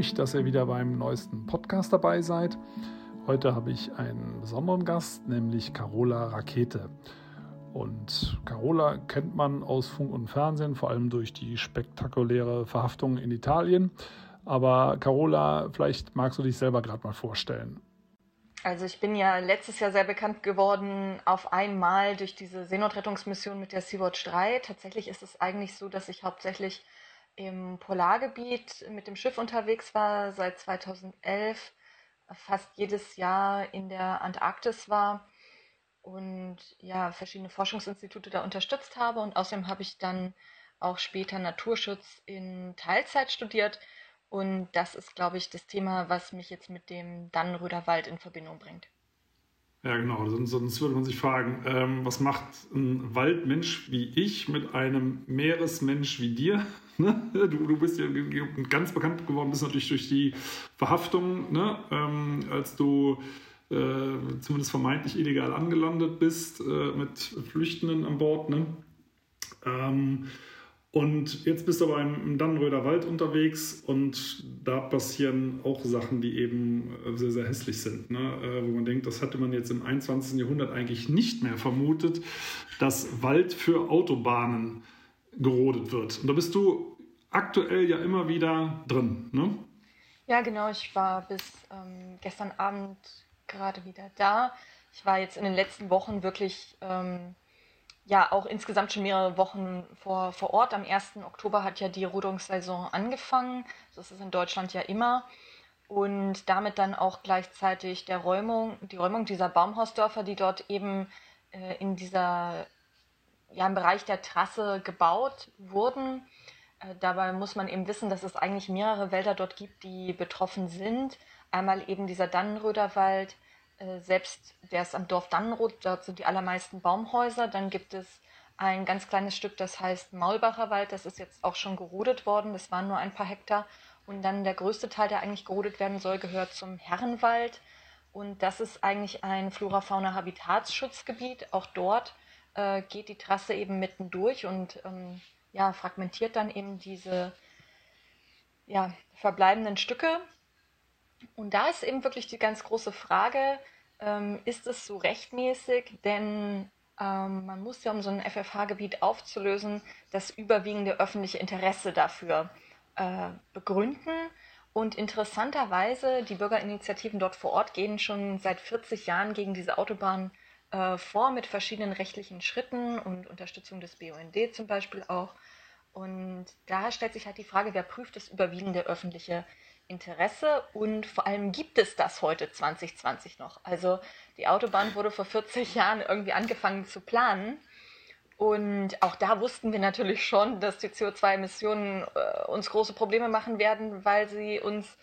mich, dass ihr wieder beim neuesten Podcast dabei seid. Heute habe ich einen besonderen Gast, nämlich Carola Rakete. Und Carola kennt man aus Funk und Fernsehen, vor allem durch die spektakuläre Verhaftung in Italien. Aber Carola, vielleicht magst du dich selber gerade mal vorstellen. Also ich bin ja letztes Jahr sehr bekannt geworden auf einmal durch diese Seenotrettungsmission mit der Sea-Watch 3. Tatsächlich ist es eigentlich so, dass ich hauptsächlich im Polargebiet mit dem Schiff unterwegs war, seit 2011 fast jedes Jahr in der Antarktis war und ja, verschiedene Forschungsinstitute da unterstützt habe. Und außerdem habe ich dann auch später Naturschutz in Teilzeit studiert. Und das ist, glaube ich, das Thema, was mich jetzt mit dem Dannenröder Wald in Verbindung bringt. Ja, genau. Sonst würde man sich fragen, was macht ein Waldmensch wie ich mit einem Meeresmensch wie dir? Du bist ja ganz bekannt geworden, bist natürlich durch die Verhaftung, ne? Als du zumindest vermeintlich illegal angelandet bist mit Flüchtenden an Bord. Ne? Und jetzt bist du aber im Dannenröder Wald unterwegs und da passieren auch Sachen, die eben sehr, sehr hässlich sind. Ne? Wo man denkt, das hatte man jetzt im 21. Jahrhundert eigentlich nicht mehr vermutet, dass Wald für Autobahnen gerodet wird. Und da bist du aktuell ja immer wieder drin. Ne? Ja, genau. Ich war bis gestern Abend gerade wieder da. Ich war jetzt in den letzten Wochen wirklich... auch insgesamt schon mehrere Wochen vor Ort. Am 1. Oktober hat ja die Rodungssaison angefangen. Das ist in Deutschland ja immer. Und damit dann auch gleichzeitig die Räumung dieser Baumhausdörfer, die dort eben im Bereich der Trasse gebaut wurden. Dabei muss man eben wissen, dass es eigentlich mehrere Wälder dort gibt, die betroffen sind. Einmal eben dieser Dannenröder Wald, selbst der ist am Dorf Dannenroth, dort sind die allermeisten Baumhäuser. Dann gibt es ein ganz kleines Stück, das heißt Maulbacher Wald, das ist jetzt auch schon gerodet worden, das waren nur ein paar Hektar. Und dann der größte Teil, der eigentlich gerodet werden soll, gehört zum Herrenwald. Und das ist eigentlich ein Flora-Fauna-Habitatsschutzgebiet. Auch dort geht die Trasse eben mitten durch und fragmentiert dann eben diese verbleibenden Stücke. Und da ist eben wirklich die ganz große Frage, ist es so rechtmäßig? Denn man muss ja, um so ein FFH-Gebiet aufzulösen, das überwiegende öffentliche Interesse dafür begründen. Und interessanterweise, die Bürgerinitiativen dort vor Ort gehen schon seit 40 Jahren gegen diese Autobahn vor mit verschiedenen rechtlichen Schritten und Unterstützung des BUND zum Beispiel auch. Und da stellt sich halt die Frage, wer prüft das überwiegende öffentliche Interesse und vor allem gibt es das heute 2020 noch. Also die Autobahn wurde vor 40 Jahren irgendwie angefangen zu planen und auch da wussten wir natürlich schon, dass die CO2-Emissionen uns große Probleme machen werden, weil sie uns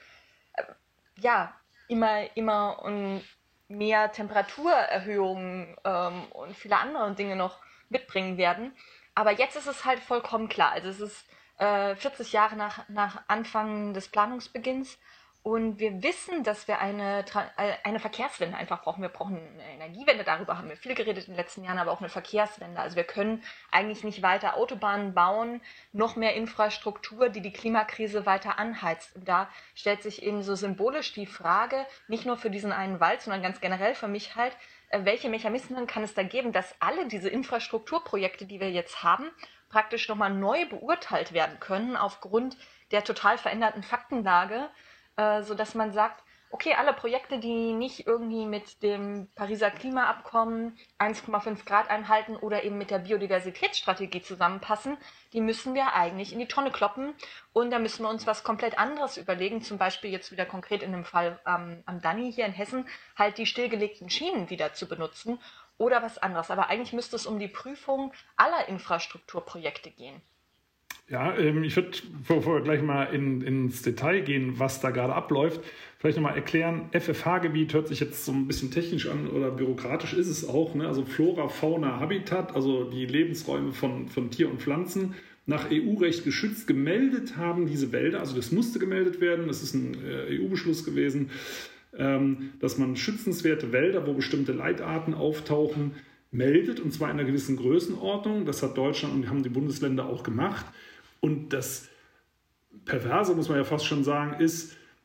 immer und mehr Temperaturerhöhungen und viele andere Dinge noch mitbringen werden. Aber jetzt ist es halt vollkommen klar. Also es ist 40 Jahre nach Anfang des Planungsbeginns und wir wissen, dass wir eine Verkehrswende einfach brauchen. Wir brauchen eine Energiewende, darüber haben wir viel geredet in den letzten Jahren, aber auch eine Verkehrswende. Also wir können eigentlich nicht weiter Autobahnen bauen, noch mehr Infrastruktur, die Klimakrise weiter anheizt. Und da stellt sich eben so symbolisch die Frage, nicht nur für diesen einen Wald, sondern ganz generell für mich halt, welche Mechanismen kann es da geben, dass alle diese Infrastrukturprojekte, die wir jetzt haben, praktisch nochmal neu beurteilt werden können aufgrund der total veränderten Faktenlage, sodass man sagt, okay, alle Projekte, die nicht irgendwie mit dem Pariser Klimaabkommen 1,5 Grad einhalten oder eben mit der Biodiversitätsstrategie zusammenpassen, die müssen wir eigentlich in die Tonne kloppen und da müssen wir uns was komplett anderes überlegen, zum Beispiel jetzt wieder konkret in dem Fall am Danny hier in Hessen, halt die stillgelegten Schienen wieder zu benutzen oder was anderes. Aber eigentlich müsste es um die Prüfung aller Infrastrukturprojekte gehen. Ja, ich würde, bevor wir gleich mal ins Detail gehen, was da gerade abläuft, vielleicht nochmal erklären, FFH-Gebiet hört sich jetzt so ein bisschen technisch an oder bürokratisch ist es auch, ne? Also Flora, Fauna, Habitat, also die Lebensräume von Tier und Pflanzen, nach EU-Recht geschützt gemeldet haben diese Wälder, also das musste gemeldet werden, das ist ein EU-Beschluss gewesen, dass man schützenswerte Wälder, wo bestimmte Leitarten auftauchen, meldet, und zwar in einer gewissen Größenordnung. Das hat Deutschland und haben die Bundesländer auch gemacht. Und das Perverse, muss man ja fast schon sagen, ist,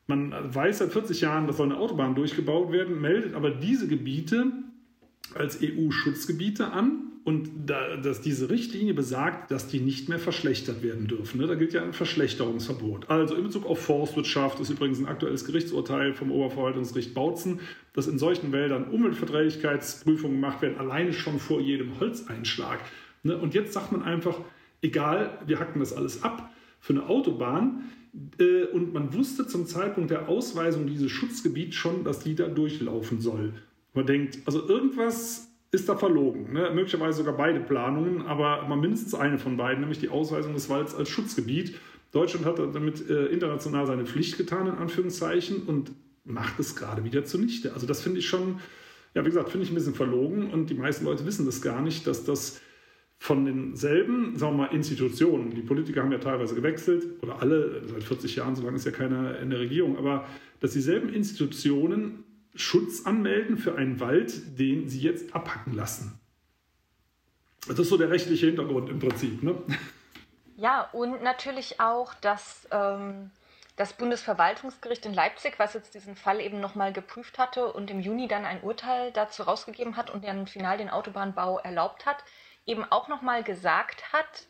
Man weiß seit 40 Jahren, dass soll eine Autobahn durchgebaut werden, meldet aber diese Gebiete als EU-Schutzgebiete an und dass diese Richtlinie besagt, dass die nicht mehr verschlechtert werden dürfen. Da gilt ja ein Verschlechterungsverbot. Also in Bezug auf Forstwirtschaft ist übrigens ein aktuelles Gerichtsurteil vom Oberverwaltungsgericht Bautzen, dass in solchen Wäldern Umweltverträglichkeitsprüfungen gemacht werden, alleine schon vor jedem Holzeinschlag. Und jetzt sagt man einfach, egal, wir hacken das alles ab für eine Autobahn. Und man wusste zum Zeitpunkt der Ausweisung dieses Schutzgebiets schon, dass die da durchlaufen soll. Man denkt, also irgendwas ist da verlogen. Möglicherweise sogar beide Planungen, aber mal mindestens eine von beiden, nämlich die Ausweisung des Walds als Schutzgebiet. Deutschland hat damit international seine Pflicht getan, in Anführungszeichen, und macht es gerade wieder zunichte. Also das finde ich schon, ja, wie gesagt, finde ich ein bisschen verlogen und die meisten Leute wissen das gar nicht, dass das von denselben, sagen wir mal, Institutionen, die Politiker haben ja teilweise gewechselt, oder alle, seit 40 Jahren, so lange ist ja keiner in der Regierung, aber dass dieselben Institutionen Schutz anmelden für einen Wald, den sie jetzt abhacken lassen. Das ist so der rechtliche Hintergrund im Prinzip. Ne? Ja, und natürlich auch, dass das Bundesverwaltungsgericht in Leipzig, was jetzt diesen Fall eben nochmal geprüft hatte und im Juni dann ein Urteil dazu rausgegeben hat und dann final den Autobahnbau erlaubt hat, eben auch nochmal gesagt hat,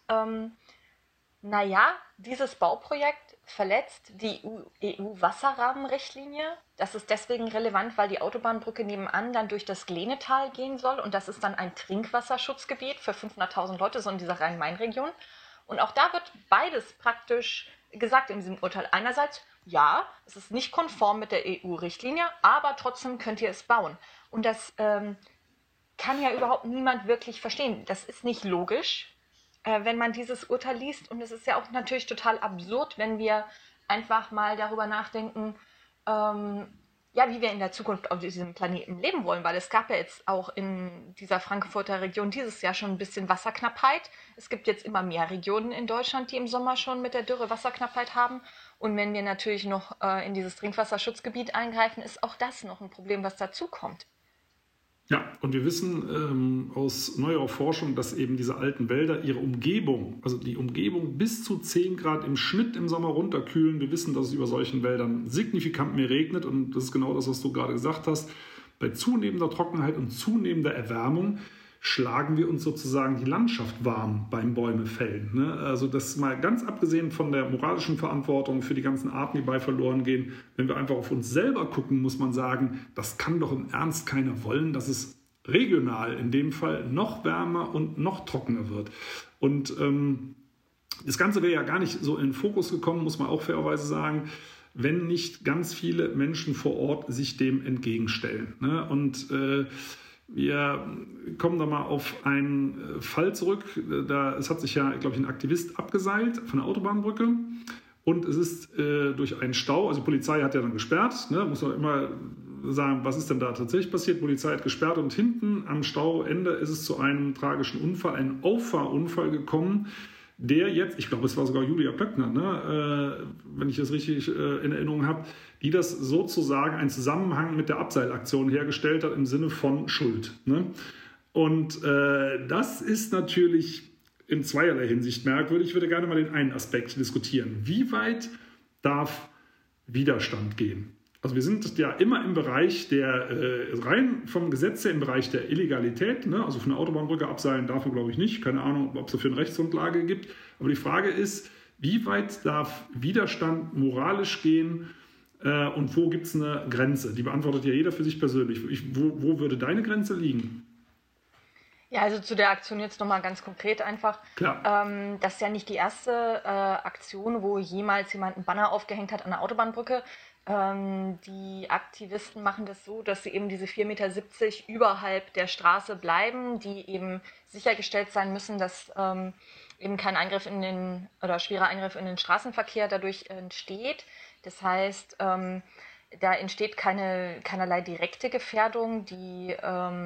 naja, dieses Bauprojekt verletzt die EU-Wasserrahmenrichtlinie. Das ist deswegen relevant, weil die Autobahnbrücke nebenan dann durch das Glehnetal gehen soll und das ist dann ein Trinkwasserschutzgebiet für 500.000 Leute, so in dieser Rhein-Main-Region. Und auch da wird beides praktisch gesagt in diesem Urteil. Einerseits, ja, es ist nicht konform mit der EU-Richtlinie, aber trotzdem könnt ihr es bauen. Und das kann ja überhaupt niemand wirklich verstehen. Das ist nicht logisch, wenn man dieses Urteil liest. Und es ist ja auch natürlich total absurd, wenn wir einfach mal darüber nachdenken, ja, wie wir in der Zukunft auf diesem Planeten leben wollen. Weil es gab ja jetzt auch in dieser Frankfurter Region dieses Jahr schon ein bisschen Wasserknappheit. Es gibt jetzt immer mehr Regionen in Deutschland, die im Sommer schon mit der Dürre Wasserknappheit haben. Und wenn wir natürlich noch in dieses Trinkwasserschutzgebiet eingreifen, ist auch das noch ein Problem, was dazukommt. Ja, und wir wissen aus neuerer Forschung, dass eben diese alten Wälder ihre Umgebung, also die Umgebung bis zu 10 Grad im Schnitt im Sommer runterkühlen. Wir wissen, dass es über solchen Wäldern signifikant mehr regnet und das ist genau das, was du gerade gesagt hast. Bei zunehmender Trockenheit und zunehmender Erwärmung schlagen wir uns sozusagen die Landschaft warm beim Bäumefällen. Ne? Also das mal ganz abgesehen von der moralischen Verantwortung für die ganzen Arten, die bei verloren gehen. Wenn wir einfach auf uns selber gucken, muss man sagen, das kann doch im Ernst keiner wollen, dass es regional in dem Fall noch wärmer und noch trockener wird. Und das Ganze wäre ja gar nicht so in den Fokus gekommen, muss man auch fairerweise sagen, wenn nicht ganz viele Menschen vor Ort sich dem entgegenstellen. Ne? Und wir kommen da mal auf einen Fall zurück. Es hat sich ja, glaube ich, ein Aktivist abgeseilt von der Autobahnbrücke und es ist durch einen Stau, also die Polizei hat ja dann gesperrt, ne, muss man immer sagen, was ist denn da tatsächlich passiert? Die Polizei hat gesperrt und hinten am Stauende ist es zu einem tragischen Unfall, einem Auffahrunfall gekommen, der jetzt, ich glaube, es war sogar Julia Plöckner, ne, wenn ich das richtig in Erinnerung habe, die das sozusagen einen Zusammenhang mit der Abseilaktion hergestellt hat im Sinne von Schuld. Ne? Und das ist natürlich in zweierlei Hinsicht merkwürdig. Ich würde gerne mal den einen Aspekt diskutieren. Wie weit darf Widerstand gehen? Also wir sind ja immer im Bereich der, rein vom Gesetz her im Bereich der Illegalität, ne? Also von der Autobahnbrücke abseilen darf man, glaube ich, nicht. Keine Ahnung, ob es dafür eine Rechtsgrundlage gibt. Aber die Frage ist, wie weit darf Widerstand moralisch gehen und wo gibt es eine Grenze? Die beantwortet ja jeder für sich persönlich. Wo würde deine Grenze liegen? Ja, also zu der Aktion jetzt nochmal ganz konkret einfach. Klar. Das ist ja nicht die erste Aktion, wo jemals jemand einen Banner aufgehängt hat an der Autobahnbrücke. Die Aktivisten machen das so, dass sie eben diese 4,70 Meter überhalb der Straße bleiben, die eben sichergestellt sein müssen, dass eben kein Eingriff oder schwerer Eingriff in den Straßenverkehr dadurch entsteht. Das heißt, da entsteht keinerlei direkte Gefährdung. Die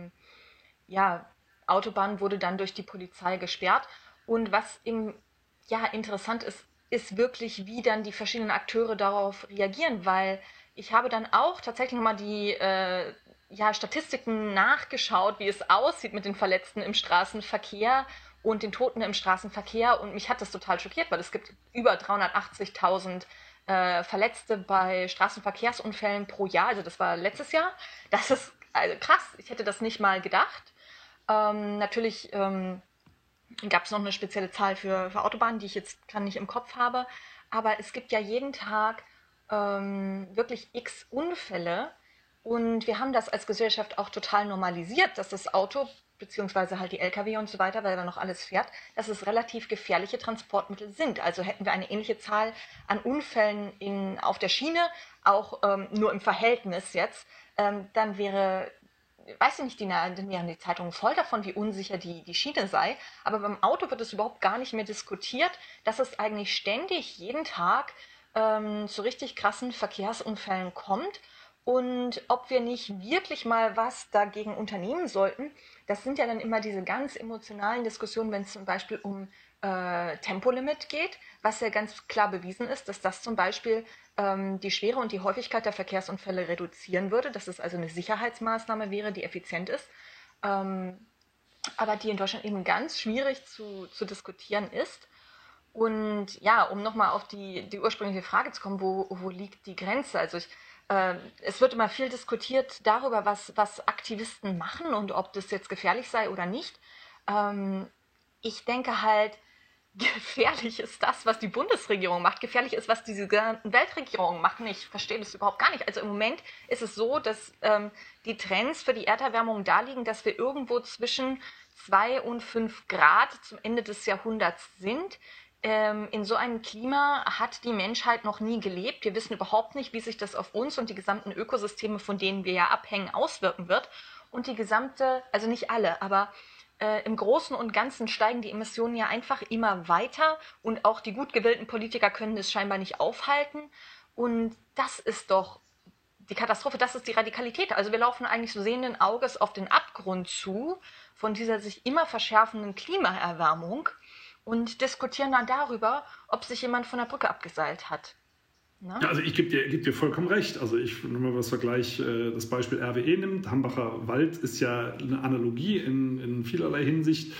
Autobahn wurde dann durch die Polizei gesperrt. Und was eben interessant ist wirklich, wie dann die verschiedenen Akteure darauf reagieren, weil ich habe dann auch tatsächlich nochmal die Statistiken nachgeschaut, wie es aussieht mit den Verletzten im Straßenverkehr und den Toten im Straßenverkehr und mich hat das total schockiert, weil es gibt über 380.000 Verletzte bei Straßenverkehrsunfällen pro Jahr. Also das war letztes Jahr. Das ist also krass. Ich hätte das nicht mal gedacht. Natürlich gab es noch eine spezielle Zahl für Autobahnen, die ich jetzt gerade nicht im Kopf habe. Aber es gibt ja jeden Tag wirklich x Unfälle. Und wir haben das als Gesellschaft auch total normalisiert, dass das Auto beziehungsweise halt die Lkw und so weiter, weil da noch alles fährt, dass es relativ gefährliche Transportmittel sind. Also hätten wir eine ähnliche Zahl an Unfällen auf der Schiene, auch nur im Verhältnis jetzt, dann wäre, weiß ich nicht, dann wären die Zeitungen voll davon, wie unsicher die Schiene sei. Aber beim Auto wird es überhaupt gar nicht mehr diskutiert, dass es eigentlich ständig, jeden Tag zu richtig krassen Verkehrsunfällen kommt. Und ob wir nicht wirklich mal was dagegen unternehmen sollten, das sind ja dann immer diese ganz emotionalen Diskussionen, wenn es zum Beispiel um Tempolimit geht, was ja ganz klar bewiesen ist, dass das zum Beispiel die Schwere und die Häufigkeit der Verkehrsunfälle reduzieren würde, dass es also eine Sicherheitsmaßnahme wäre, die effizient ist, aber die in Deutschland eben ganz schwierig zu diskutieren ist. Und ja, um nochmal auf die ursprüngliche Frage zu kommen, wo liegt die Grenze? Also es wird immer viel diskutiert darüber, was Aktivisten machen und ob das jetzt gefährlich sei oder nicht. Ich denke halt, gefährlich ist das, was die Bundesregierung macht. Gefährlich ist, was diese gesamten Weltregierungen machen. Ich verstehe das überhaupt gar nicht. Also im Moment ist es so, dass die Trends für die Erderwärmung da liegen, dass wir irgendwo zwischen 2 und 5 Grad zum Ende des Jahrhunderts sind. In so einem Klima hat die Menschheit noch nie gelebt. Wir wissen überhaupt nicht, wie sich das auf uns und die gesamten Ökosysteme, von denen wir ja abhängen, auswirken wird. Und die gesamte, also nicht alle, aber im Großen und Ganzen steigen die Emissionen ja einfach immer weiter und auch die gut gewählten Politiker können es scheinbar nicht aufhalten. Und das ist doch die Katastrophe, das ist die Radikalität. Also wir laufen eigentlich so sehenden Auges auf den Abgrund zu von dieser sich immer verschärfenden Klimaerwärmung und diskutieren dann darüber, ob sich jemand von der Brücke abgeseilt hat. Ja, also ich gebe dir vollkommen recht. Also wenn man das Vergleich, das Beispiel RWE nimmt, Hambacher Wald ist ja eine Analogie in vielerlei Hinsicht,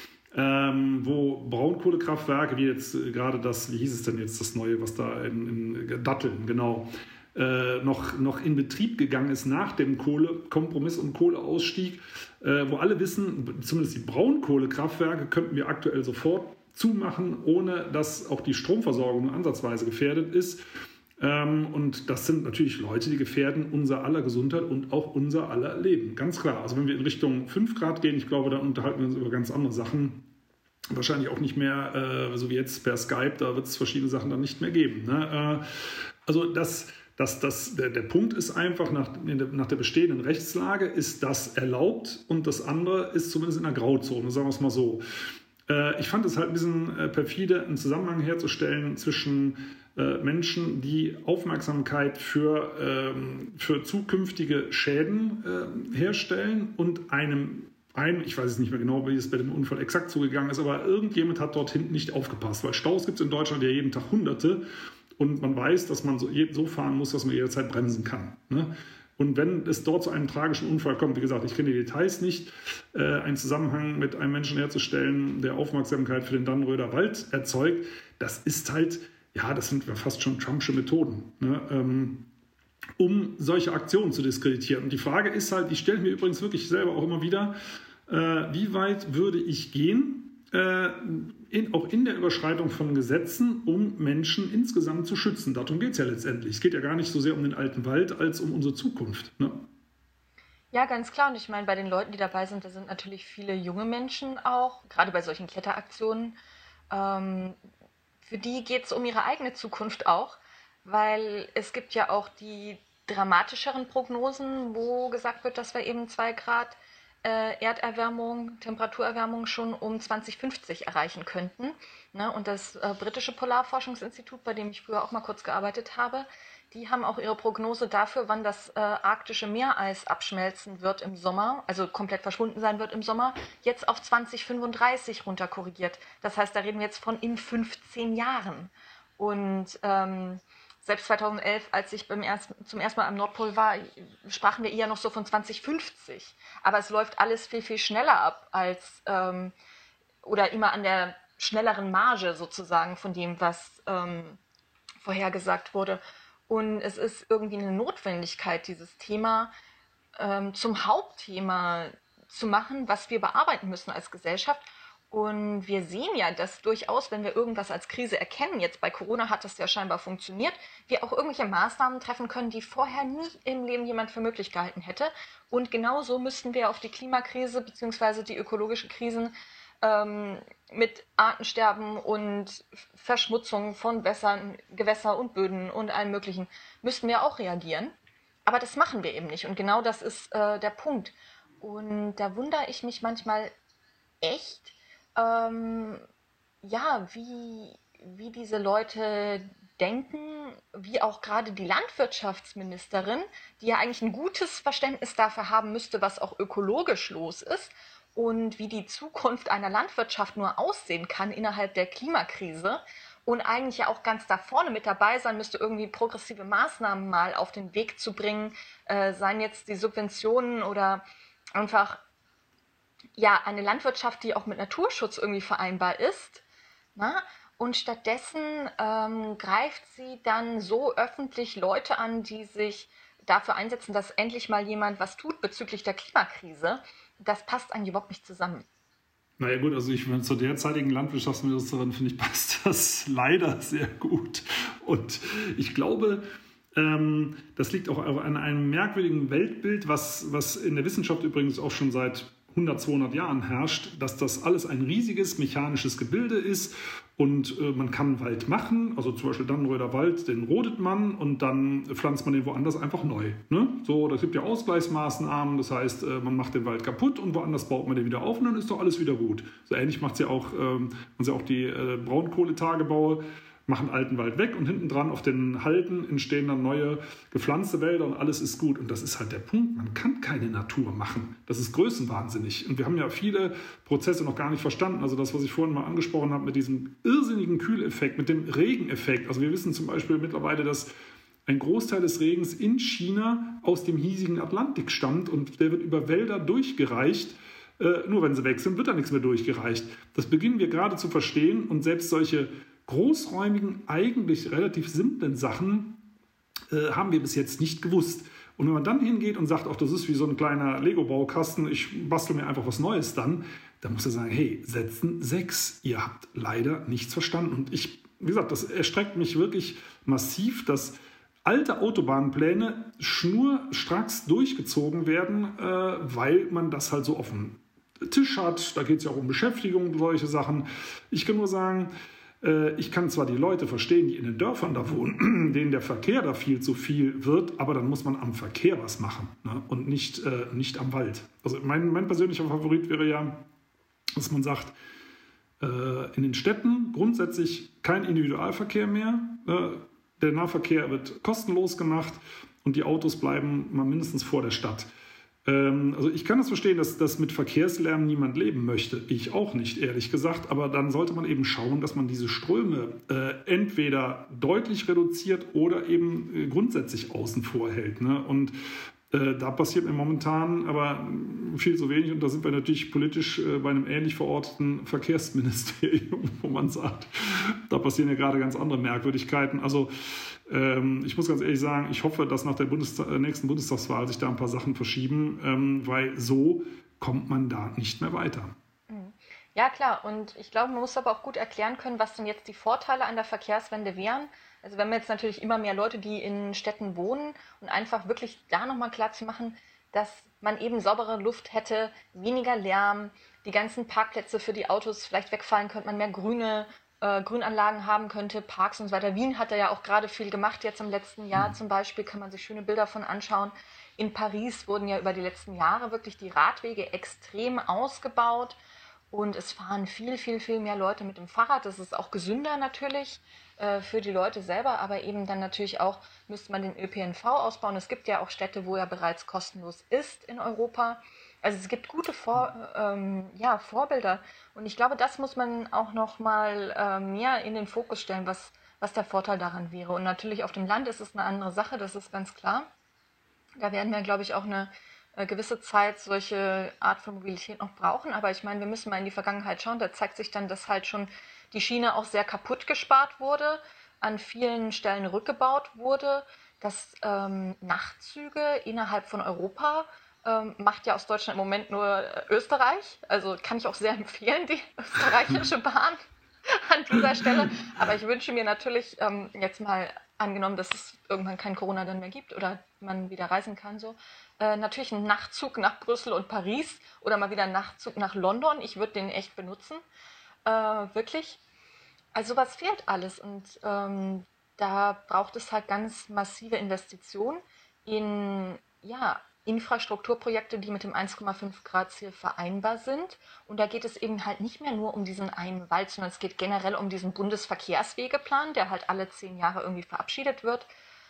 wo Braunkohlekraftwerke, wie jetzt gerade das, wie hieß es denn jetzt, das neue, was da in Datteln, genau, noch in Betrieb gegangen ist nach dem Kohlekompromiss und Kohleausstieg, wo alle wissen, zumindest die Braunkohlekraftwerke könnten wir aktuell sofort zumachen, ohne dass auch die Stromversorgung ansatzweise gefährdet ist. Und das sind natürlich Leute, die gefährden unser aller Gesundheit und auch unser aller Leben. Ganz klar. Also wenn wir in Richtung 5 Grad gehen, ich glaube, dann unterhalten wir uns über ganz andere Sachen. Wahrscheinlich auch nicht mehr, so wie jetzt per Skype, da wird es verschiedene Sachen dann nicht mehr geben. Ne? Also der Punkt ist einfach, nach der bestehenden Rechtslage ist das erlaubt und das andere ist zumindest in der Grauzone, sagen wir es mal so. Ich fand es halt ein bisschen perfide, einen Zusammenhang herzustellen zwischen Menschen, die Aufmerksamkeit für zukünftige Schäden herstellen und ich weiß es nicht mehr genau, wie es bei dem Unfall exakt zugegangen ist, aber irgendjemand hat dort hinten nicht aufgepasst, weil Staus gibt es in Deutschland ja jeden Tag Hunderte und man weiß, dass man so fahren muss, dass man jederzeit bremsen kann. Ne? Und wenn es dort zu einem tragischen Unfall kommt, wie gesagt, ich kenne die Details nicht, einen Zusammenhang mit einem Menschen herzustellen, der Aufmerksamkeit für den Dannenröder Wald erzeugt, das ist halt, ja, das sind fast schon Trumpsche Methoden, ne, um solche Aktionen zu diskreditieren. Und die Frage ist halt, ich stelle mir übrigens wirklich selber auch immer wieder, wie weit würde ich gehen, auch in der Überschreitung von Gesetzen, um Menschen insgesamt zu schützen. Darum geht es ja letztendlich. Es geht ja gar nicht so sehr um den alten Wald, als um unsere Zukunft. Ne? Ja, ganz klar. Und ich meine, bei den Leuten, die dabei sind, da sind natürlich viele junge Menschen auch, gerade bei solchen Kletteraktionen. Für die geht es um ihre eigene Zukunft auch, weil es gibt ja auch die dramatischeren Prognosen, wo gesagt wird, dass wir eben 2 Grad Erderwärmung, Temperaturerwärmung schon um 2050 erreichen könnten. Ne? Und das britische Polarforschungsinstitut, bei dem ich früher auch mal kurz gearbeitet habe, die haben auch ihre Prognose dafür, wann das arktische Meereis abschmelzen wird im Sommer, also komplett verschwunden sein wird im Sommer, jetzt auf 2035 runterkorrigiert. Das heißt, da reden wir jetzt von in 15 Jahren. Und selbst 2011, als ich zum ersten Mal am Nordpol war, sprachen wir eher noch so von 2050. Aber es läuft alles viel, viel schneller ab als oder immer an der schnelleren Marge sozusagen von dem, was vorhergesagt wurde. Und es ist irgendwie eine Notwendigkeit, dieses Thema zum Hauptthema zu machen, was wir bearbeiten müssen als Gesellschaft. Und wir sehen ja, dass durchaus, wenn wir irgendwas als Krise erkennen, jetzt bei Corona hat das ja scheinbar funktioniert, wir auch irgendwelche Maßnahmen treffen können, die vorher nie im Leben jemand für möglich gehalten hätte. Und genauso müssten wir auf die Klimakrise bzw. die ökologische Krisen mit Artensterben und Verschmutzung von Gewässer und Böden und allem Möglichen, müssten wir auch reagieren. Aber das machen wir eben nicht. Und genau das ist der Punkt. Und da wundere ich mich manchmal echt, ähm, ja, wie diese Leute denken, wie auch gerade die Landwirtschaftsministerin, die ja eigentlich ein gutes Verständnis dafür haben müsste, was auch ökologisch los ist und wie die Zukunft einer Landwirtschaft nur aussehen kann innerhalb der Klimakrise und eigentlich ja auch ganz da vorne mit dabei sein müsste, irgendwie progressive Maßnahmen mal auf den Weg zu bringen, seien jetzt die Subventionen oder einfach ja eine Landwirtschaft, die auch mit Naturschutz irgendwie vereinbar ist. Na? Und stattdessen greift sie dann so öffentlich Leute an, die sich dafür einsetzen, dass endlich mal jemand was tut bezüglich der Klimakrise. Das passt eigentlich überhaupt nicht zusammen. Naja gut, also ich meine, zur derzeitigen Landwirtschaftsministerin finde ich, passt das leider sehr gut. Und ich glaube, das liegt auch an einem merkwürdigen Weltbild, was in der Wissenschaft übrigens auch schon seit 100, 200 Jahren herrscht, dass das alles ein riesiges mechanisches Gebilde ist und man kann Wald machen, also zum Beispiel Dannenröder Wald, den rodet man und dann pflanzt man den woanders einfach neu. Ne? So, das gibt ja Ausgleichsmaßnahmen, das heißt, man macht den Wald kaputt und woanders baut man den wieder auf und dann ist doch alles wieder gut. So ähnlich macht es ja auch, die Braunkohletagebaue, machen alten Wald weg und hinten dran auf den Halden entstehen dann neue gepflanzte Wälder und alles ist gut. Und das ist halt der Punkt, man kann keine Natur machen. Das ist größenwahnsinnig. Und wir haben ja viele Prozesse noch gar nicht verstanden. Also das, was ich vorhin mal angesprochen habe mit diesem irrsinnigen Kühleffekt, mit dem Regeneffekt. Also wir wissen zum Beispiel mittlerweile, dass ein Großteil des Regens in China aus dem hiesigen Atlantik stammt und der wird über Wälder durchgereicht. Nur wenn sie weg sind, wird da nichts mehr durchgereicht. Das beginnen wir gerade zu verstehen und selbst solche großräumigen, eigentlich relativ simplen Sachen haben wir bis jetzt nicht gewusst. Und wenn man dann hingeht und sagt, auch das ist wie so ein kleiner Lego-Baukasten, ich bastel mir einfach was Neues dann muss er sagen, hey, Sätzen 6, ihr habt leider nichts verstanden. Und wie gesagt, das erstreckt mich wirklich massiv, dass alte Autobahnpläne schnurstracks durchgezogen werden, weil man das halt so auf dem Tisch hat. Da geht es ja auch um Beschäftigung und solche Sachen. Ich kann nur sagen, ich kann zwar die Leute verstehen, die in den Dörfern da wohnen, denen der Verkehr da viel zu viel wird, aber dann muss man am Verkehr was machen, ne? Und nicht am Wald. Also mein persönlicher Favorit wäre ja, dass man sagt, in den Städten grundsätzlich kein Individualverkehr mehr. Der Nahverkehr wird kostenlos gemacht und die Autos bleiben mal mindestens vor der Stadt. Also ich kann das verstehen, dass das mit Verkehrslärm niemand leben möchte. Ich auch nicht, ehrlich gesagt. Aber dann sollte man eben schauen, dass man diese Ströme entweder deutlich reduziert oder eben grundsätzlich außen vor hält. Ne? Und da passiert mir momentan aber viel zu wenig. Und da sind wir natürlich politisch bei einem ähnlich verorteten Verkehrsministerium, wo man sagt, da passieren ja gerade ganz andere Merkwürdigkeiten. Also ich muss ganz ehrlich sagen, ich hoffe, dass nach der nächsten Bundestagswahl sich da ein paar Sachen verschieben, weil so kommt man da nicht mehr weiter. Ja, klar. Und ich glaube, man muss aber auch gut erklären können, was denn jetzt die Vorteile an der Verkehrswende wären. Also wenn wir jetzt natürlich immer mehr Leute, die in Städten wohnen und einfach wirklich da nochmal klar zu machen, dass man eben saubere Luft hätte, weniger Lärm, die ganzen Parkplätze für die Autos vielleicht wegfallen könnte, man mehr Grünanlagen haben könnte, Parks und so weiter. Wien hat da ja auch gerade viel gemacht, jetzt im letzten Jahr zum Beispiel, kann man sich schöne Bilder von anschauen. In Paris wurden ja über die letzten Jahre wirklich die Radwege extrem ausgebaut und es fahren viel, viel, viel mehr Leute mit dem Fahrrad. Das ist auch gesünder natürlich für die Leute selber, aber eben dann natürlich auch müsste man den ÖPNV ausbauen. Es gibt ja auch Städte, wo er bereits kostenlos ist in Europa. Also es gibt gute Vorbilder und ich glaube, das muss man auch noch mal mehr in den Fokus stellen, was der Vorteil daran wäre. Und natürlich auf dem Land ist es eine andere Sache, das ist ganz klar. Da werden wir, glaube ich, auch eine gewisse Zeit solche Art von Mobilität noch brauchen. Aber ich meine, wir müssen mal in die Vergangenheit schauen. Da zeigt sich dann, dass halt schon die Schiene auch sehr kaputt gespart wurde. an vielen Stellen rückgebaut wurde, dass Nachtzüge innerhalb von Europa macht ja aus Deutschland im Moment nur Österreich. Also kann ich auch sehr empfehlen, die österreichische Bahn an dieser Stelle. Aber ich wünsche mir natürlich jetzt mal angenommen, dass es irgendwann kein Corona dann mehr gibt oder man wieder reisen kann, so natürlich einen Nachtzug nach Brüssel und Paris oder mal wieder einen Nachtzug nach London. Ich würde den echt benutzen, wirklich. Also sowas fehlt alles und da braucht es halt ganz massive Investitionen in ja, Infrastrukturprojekte, die mit dem 1,5 Grad Ziel vereinbar sind. Und da geht es eben halt nicht mehr nur um diesen einen Wald, sondern es geht generell um diesen Bundesverkehrswegeplan, der halt alle 10 Jahre irgendwie verabschiedet wird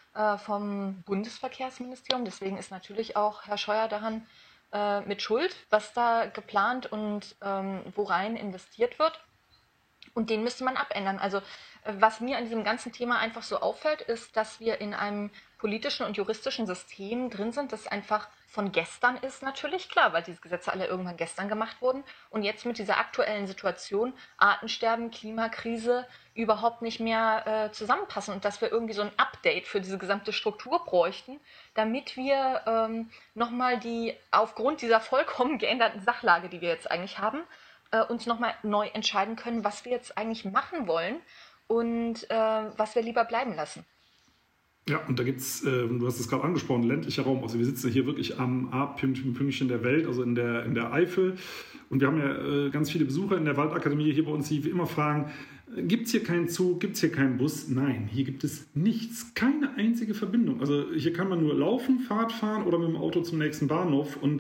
vom Bundesverkehrsministerium. Deswegen ist natürlich auch Herr Scheuer daran mit Schuld, was da geplant und worein investiert wird. Und den müsste man abändern. Also was mir an diesem ganzen Thema einfach so auffällt, ist, dass wir in einem politischen und juristischen System drin sind, das einfach von gestern ist, natürlich klar, weil diese Gesetze alle irgendwann gestern gemacht wurden und jetzt mit dieser aktuellen Situation, Artensterben, Klimakrise, überhaupt nicht mehr zusammenpassen und dass wir irgendwie so ein Update für diese gesamte Struktur bräuchten, damit wir nochmal aufgrund dieser vollkommen geänderten Sachlage, die wir jetzt eigentlich haben, uns nochmal neu entscheiden können, was wir jetzt eigentlich machen wollen und was wir lieber bleiben lassen. Ja, und da gibt es, du hast es gerade angesprochen, ländlicher Raum. Also wir sitzen hier wirklich am A-Pünktchen der Welt, also in der Eifel. Und wir haben ja ganz viele Besucher in der Waldakademie hier bei uns, die wie immer fragen, gibt es hier keinen Zug, gibt es hier keinen Bus? Nein, hier gibt es nichts, keine einzige Verbindung. Also hier kann man nur laufen, Fahrrad fahren oder mit dem Auto zum nächsten Bahnhof. Und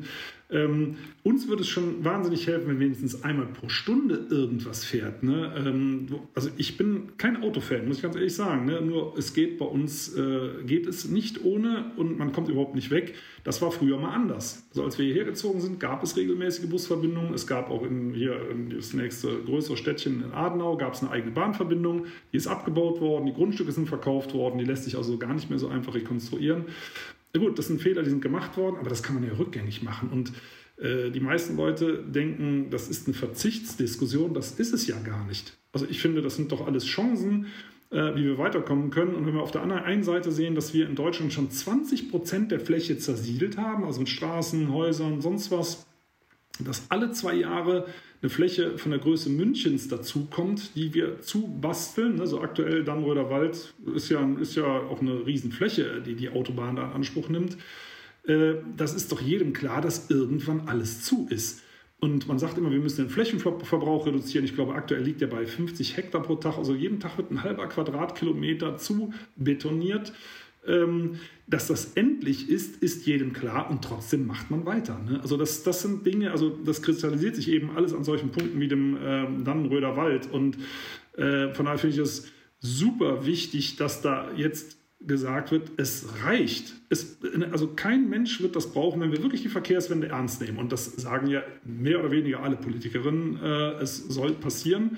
uns würde es schon wahnsinnig helfen, wenn wenigstens einmal pro Stunde irgendwas fährt. Ne? Also ich bin kein Autofan, muss ich ganz ehrlich sagen. Ne? Nur es geht bei uns, geht es nicht ohne und man kommt überhaupt nicht weg. Das war früher mal anders. Also als wir hierher gezogen sind, gab es regelmäßige Busverbindungen. Es gab auch hier in das nächste größere Städtchen in Adenau, gab es eine eigene Bahnverbindung. Die ist abgebaut worden, die Grundstücke sind verkauft worden, die lässt sich also gar nicht mehr so einfach rekonstruieren. Ja gut, das sind Fehler, die sind gemacht worden, aber das kann man ja rückgängig machen. Und die meisten Leute denken, das ist eine Verzichtsdiskussion. Das ist es ja gar nicht. Also ich finde, das sind doch alles Chancen, wie wir weiterkommen können. Und wenn wir auf der einen Seite sehen, dass wir in Deutschland schon 20% der Fläche zersiedelt haben, also mit Straßen, Häusern, sonst was, dass alle 2 Jahre eine Fläche von der Größe Münchens dazukommt, die wir zubasteln. Also aktuell Dannröder Wald ist ja auch eine Riesenfläche, die Autobahn da in Anspruch nimmt. Das ist doch jedem klar, dass irgendwann alles zu ist. Und man sagt immer, wir müssen den Flächenverbrauch reduzieren. Ich glaube, aktuell liegt er bei 50 Hektar pro Tag. Also jeden Tag wird ein halber Quadratkilometer zu betoniert. Dass das endlich ist jedem klar und trotzdem macht man weiter. Ne? Also das sind Dinge, also das kristallisiert sich eben alles an solchen Punkten wie dem Dannenröder Wald. Und von daher finde ich es super wichtig, dass da jetzt gesagt wird, es reicht. Also kein Mensch wird das brauchen, wenn wir wirklich die Verkehrswende ernst nehmen. Und das sagen ja mehr oder weniger alle Politikerinnen, es soll passieren.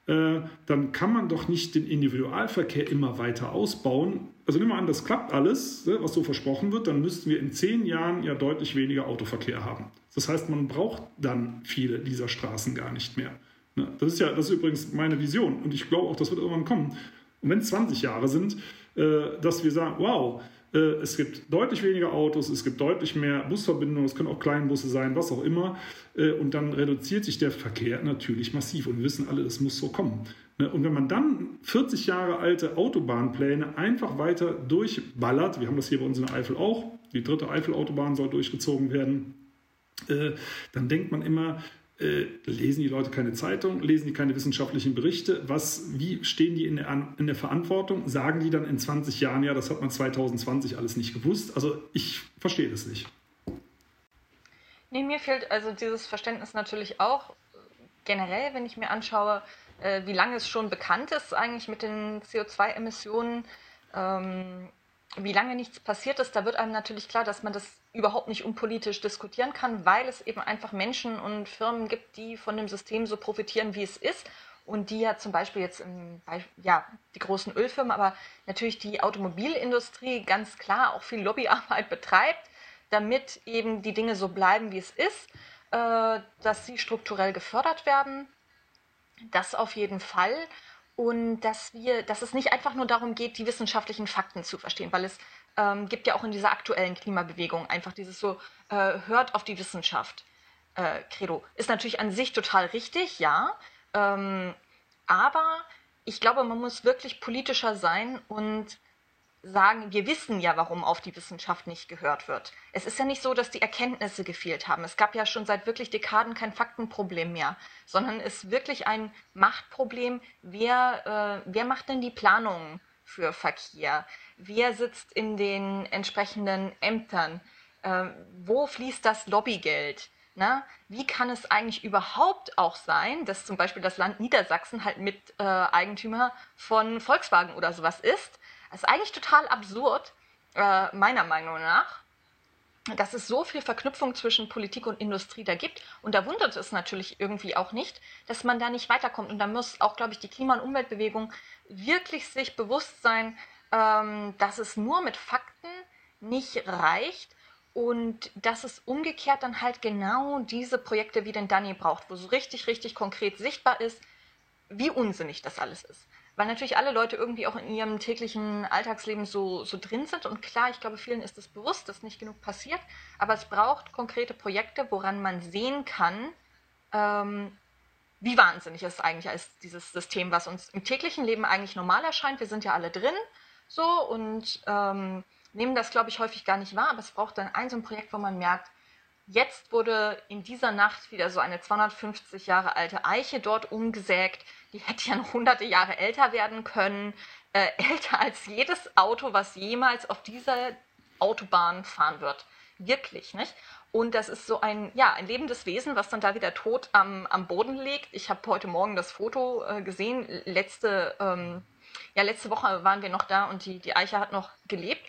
Dann kann man doch nicht den Individualverkehr immer weiter ausbauen. Also nehmen wir an, das klappt alles, was so versprochen wird, dann müssten wir in 10 Jahren ja deutlich weniger Autoverkehr haben. Das heißt, man braucht dann viele dieser Straßen gar nicht mehr. Das ist übrigens meine Vision und ich glaube auch, das wird irgendwann kommen. Und wenn es 20 Jahre sind, dass wir sagen, wow, es gibt deutlich weniger Autos, es gibt deutlich mehr Busverbindungen, es können auch Kleinbusse sein, was auch immer. Und dann reduziert sich der Verkehr natürlich massiv. Und wir wissen alle, das muss so kommen. Und wenn man dann 40 Jahre alte Autobahnpläne einfach weiter durchballert, wir haben das hier bei uns in der Eifel auch, die 3. Eifel-Autobahn soll durchgezogen werden, dann denkt man immer, lesen die Leute keine Zeitung, lesen die keine wissenschaftlichen Berichte, wie stehen die in der Verantwortung? Sagen die dann in 20 Jahren, ja, das hat man 2020 alles nicht gewusst? Also ich verstehe das nicht. Nee, mir fehlt also dieses Verständnis natürlich auch generell, wenn ich mir anschaue, wie lange es schon bekannt ist eigentlich mit den CO2-Emissionen, wie lange nichts passiert ist, da wird einem natürlich klar, dass man das überhaupt nicht unpolitisch diskutieren kann, weil es eben einfach Menschen und Firmen gibt, die von dem System so profitieren, wie es ist und die ja zum Beispiel jetzt die großen Ölfirmen, aber natürlich die Automobilindustrie ganz klar auch viel Lobbyarbeit betreibt, damit eben die Dinge so bleiben, wie es ist, dass sie strukturell gefördert werden. Das auf jeden Fall. und dass es nicht einfach nur darum geht, die wissenschaftlichen Fakten zu verstehen, weil es gibt ja auch in dieser aktuellen Klimabewegung einfach dieses so, hört auf die Wissenschaft. Credo. Ist natürlich an sich total richtig, ja, aber ich glaube, man muss wirklich politischer sein und sagen, wir wissen ja, warum auf die Wissenschaft nicht gehört wird. Es ist ja nicht so, dass die Erkenntnisse gefehlt haben. Es gab ja schon seit wirklich Dekaden kein Faktenproblem mehr, sondern es ist wirklich ein Machtproblem. Wer macht denn die Planungen für Verkehr? Wer sitzt in den entsprechenden Ämtern? Wo fließt das Lobbygeld? Na, wie kann es eigentlich überhaupt auch sein, dass zum Beispiel das Land Niedersachsen halt Miteigentümer von Volkswagen oder sowas ist? Das ist eigentlich total absurd, meiner Meinung nach, dass es so viel Verknüpfung zwischen Politik und Industrie da gibt. Und da wundert es natürlich irgendwie auch nicht, dass man da nicht weiterkommt. Und da muss auch, glaube ich, die Klima- und Umweltbewegung wirklich sich bewusst sein, dass es nur mit Fakten nicht reicht und dass es umgekehrt dann halt genau diese Projekte wie den Dani braucht, wo so richtig, richtig konkret sichtbar ist, wie unsinnig das alles ist. Weil natürlich alle Leute irgendwie auch in ihrem täglichen Alltagsleben so drin sind. Und klar, ich glaube, vielen ist es bewusst, dass nicht genug passiert. Aber es braucht konkrete Projekte, woran man sehen kann, wie wahnsinnig es eigentlich ist, dieses System, was uns im täglichen Leben eigentlich normal erscheint. Wir sind ja alle drin so und nehmen das, glaube ich, häufig gar nicht wahr. Aber es braucht dann so ein Projekt, wo man merkt, jetzt wurde in dieser Nacht wieder so eine 250 Jahre alte Eiche dort umgesägt. Die hätte ja noch hunderte Jahre älter werden können. Älter als jedes Auto, was jemals auf dieser Autobahn fahren wird. Wirklich, nicht? Und das ist so ein lebendes Wesen, was dann da wieder tot am Boden liegt. Ich habe heute Morgen das Foto gesehen. Letzte Woche waren wir noch da und die Eiche hat noch gelebt.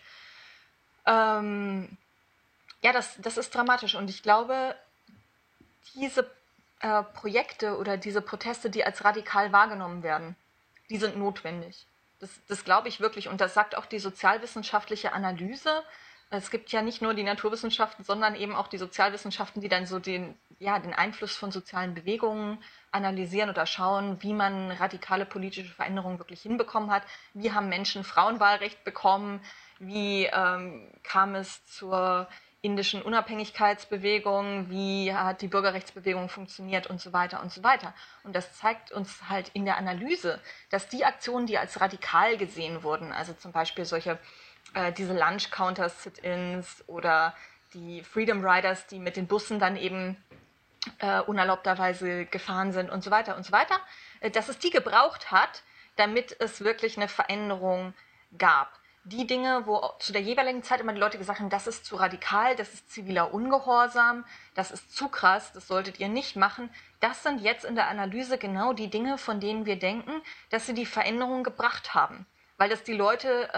Das ist dramatisch. Und ich glaube, diese Projekte oder diese Proteste, die als radikal wahrgenommen werden, die sind notwendig. Das glaube ich wirklich. Und das sagt auch die sozialwissenschaftliche Analyse. Es gibt ja nicht nur die Naturwissenschaften, sondern eben auch die Sozialwissenschaften, die dann so den Einfluss von sozialen Bewegungen analysieren oder schauen, wie man radikale politische Veränderungen wirklich hinbekommen hat. Wie haben Menschen Frauenwahlrecht bekommen? Wie kam es zur indischen Unabhängigkeitsbewegung, wie hat die Bürgerrechtsbewegung funktioniert und so weiter und so weiter. Und das zeigt uns halt in der Analyse, dass die Aktionen, die als radikal gesehen wurden, also zum Beispiel diese Lunch Counter Sit-ins oder die Freedom Riders, die mit den Bussen dann eben unerlaubterweise gefahren sind und so weiter, dass es die gebraucht hat, damit es wirklich eine Veränderung gab. Die Dinge, wo zu der jeweiligen Zeit immer die Leute gesagt haben, das ist zu radikal, das ist ziviler Ungehorsam, das ist zu krass, das solltet ihr nicht machen, das sind jetzt in der Analyse genau die Dinge, von denen wir denken, dass sie die Veränderung gebracht haben. Weil das die Leute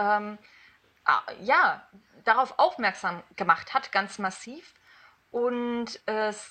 darauf aufmerksam gemacht hat, ganz massiv, und es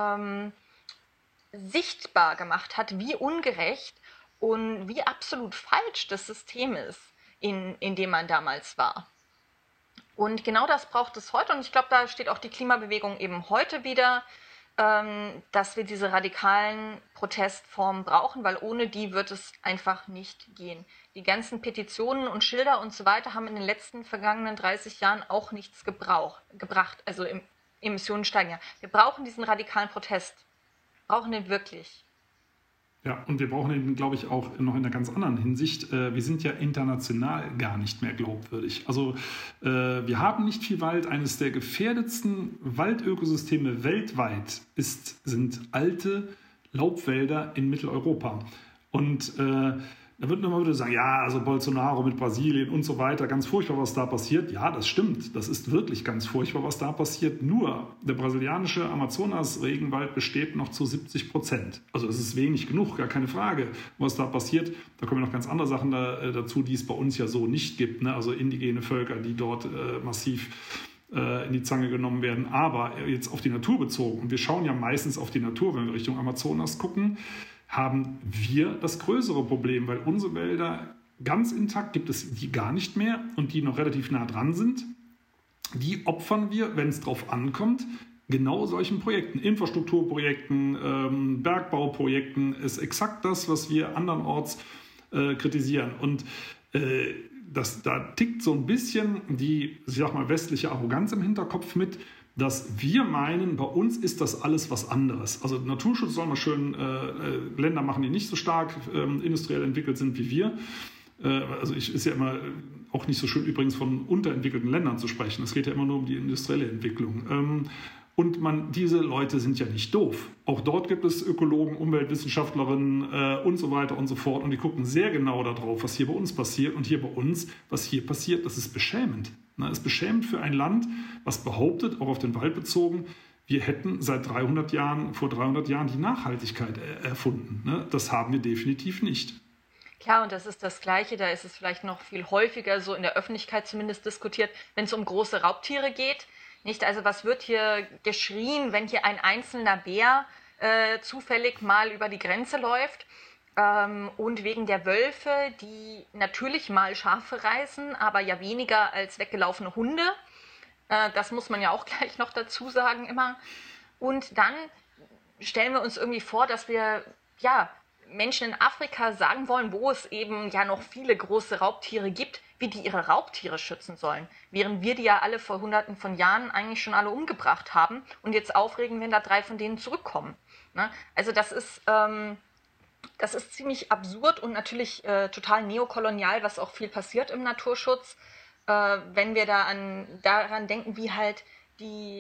sichtbar gemacht hat, wie ungerecht und wie absolut falsch das System ist, in dem man damals war. Und genau das braucht es heute. Und ich glaube, da steht auch die Klimabewegung eben heute wieder, dass wir diese radikalen Protestformen brauchen, weil ohne die wird es einfach nicht gehen. Die ganzen Petitionen und Schilder und so weiter haben in den letzten vergangenen 30 Jahren auch nichts gebracht. Also Emissionen steigen ja. Wir brauchen diesen radikalen Protest. Brauchen den wirklich. Ja, und wir brauchen ihn, glaube ich, auch noch in einer ganz anderen Hinsicht. Wir sind ja international gar nicht mehr glaubwürdig. Also wir haben nicht viel Wald. Eines der gefährdetsten Waldökosysteme weltweit sind alte Laubwälder in Mitteleuropa. Und da wird immer wieder sagen, ja, also Bolsonaro mit Brasilien und so weiter, ganz furchtbar, was da passiert. Ja, das stimmt, das ist wirklich ganz furchtbar, was da passiert. Nur der brasilianische Amazonas-Regenwald besteht noch zu 70%. Also es ist wenig genug, gar keine Frage, was da passiert. Da kommen noch ganz andere Sachen dazu, die es bei uns ja so nicht gibt. Ne? Also indigene Völker, die dort massiv in die Zange genommen werden. Aber jetzt auf die Natur bezogen, und wir schauen ja meistens auf die Natur, wenn wir Richtung Amazonas gucken, haben wir das größere Problem, weil unsere Wälder ganz intakt gibt es die gar nicht mehr und die noch relativ nah dran sind. Die opfern wir, wenn es drauf ankommt, genau solchen Projekten, Infrastrukturprojekten, Bergbauprojekten, ist exakt das, was wir andernorts kritisieren. Und da tickt so ein bisschen die, ich sag mal, westliche Arroganz im Hinterkopf mit, dass wir meinen, bei uns ist das alles was anderes. Also Naturschutz soll mal schön Länder machen, die nicht so stark industriell entwickelt sind wie wir. Also ist ja immer auch nicht so schön übrigens von unterentwickelten Ländern zu sprechen. Es geht ja immer nur um die industrielle Entwicklung. Und diese Leute sind ja nicht doof. Auch dort gibt es Ökologen, Umweltwissenschaftlerinnen und so weiter und so fort. Und die gucken sehr genau darauf, was hier bei uns passiert. Und hier bei uns, was hier passiert, das ist beschämend. Das ist beschämend für ein Land, was behauptet, auch auf den Wald bezogen, wir hätten vor 300 Jahren die Nachhaltigkeit erfunden. Das haben wir definitiv nicht. Klar, und das ist das Gleiche, da ist es vielleicht noch viel häufiger so in der Öffentlichkeit zumindest diskutiert, wenn es um große Raubtiere geht. Nicht? Also was wird hier geschrien, wenn hier ein einzelner Bär zufällig mal über die Grenze läuft? Und wegen der Wölfe, die natürlich mal Schafe reißen, aber ja weniger als weggelaufene Hunde. Das muss man ja auch gleich noch dazu sagen immer. Und dann stellen wir uns irgendwie vor, dass wir Menschen in Afrika sagen wollen, wo es eben ja noch viele große Raubtiere gibt, wie die ihre Raubtiere schützen sollen. Während wir die ja alle vor Hunderten von Jahren eigentlich schon alle umgebracht haben und jetzt aufregen, wenn da 3 von denen zurückkommen. Ne? Also das ist ziemlich absurd und natürlich total neokolonial, was auch viel passiert im Naturschutz, wenn wir daran denken, wie halt die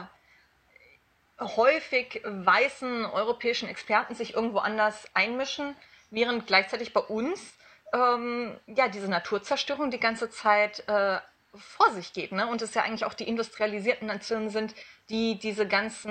häufig weißen europäischen Experten sich irgendwo anders einmischen, während gleichzeitig bei uns diese Naturzerstörung die ganze Zeit vor sich geht. Ne? Und es ja eigentlich auch die industrialisierten Nationen sind, die diesen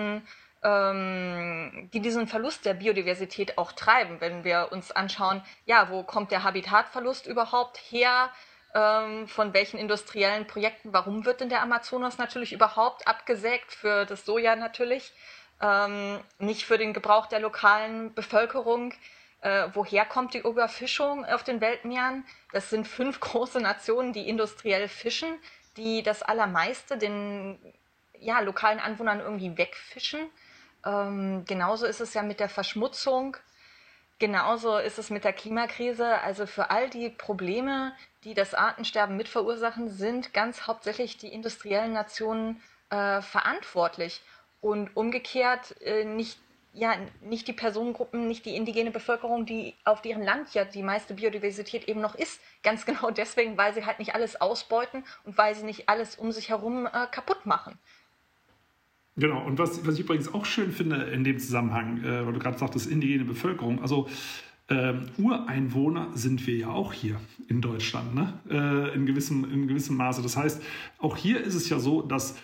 Verlust der Biodiversität auch treiben. Wenn wir uns anschauen, wo kommt der Habitatverlust überhaupt her? Von welchen industriellen Projekten, warum wird denn der Amazonas natürlich überhaupt abgesägt? Für das Soja natürlich, nicht für den Gebrauch der lokalen Bevölkerung. Woher kommt die Überfischung auf den Weltmeeren? Das sind 5 große Nationen, die industriell fischen, die das Allermeiste den lokalen Anwohnern irgendwie wegfischen. Genauso ist es ja mit der Verschmutzung. Genauso ist es mit der Klimakrise. Also für all die Probleme, die das Artensterben mit verursachen, sind ganz hauptsächlich die industriellen Nationen verantwortlich. Und umgekehrt nicht die Personengruppen, nicht die indigene Bevölkerung, auf deren Land ja die meiste Biodiversität eben noch ist. Ganz genau deswegen, weil sie halt nicht alles ausbeuten und weil sie nicht alles um sich herum kaputt machen. Genau, und was ich übrigens auch schön finde in dem Zusammenhang, weil du gerade sagtest, indigene Bevölkerung, also Ureinwohner sind wir ja auch hier in Deutschland, ne? In gewissem Maße. Das heißt, auch hier ist es ja so, dass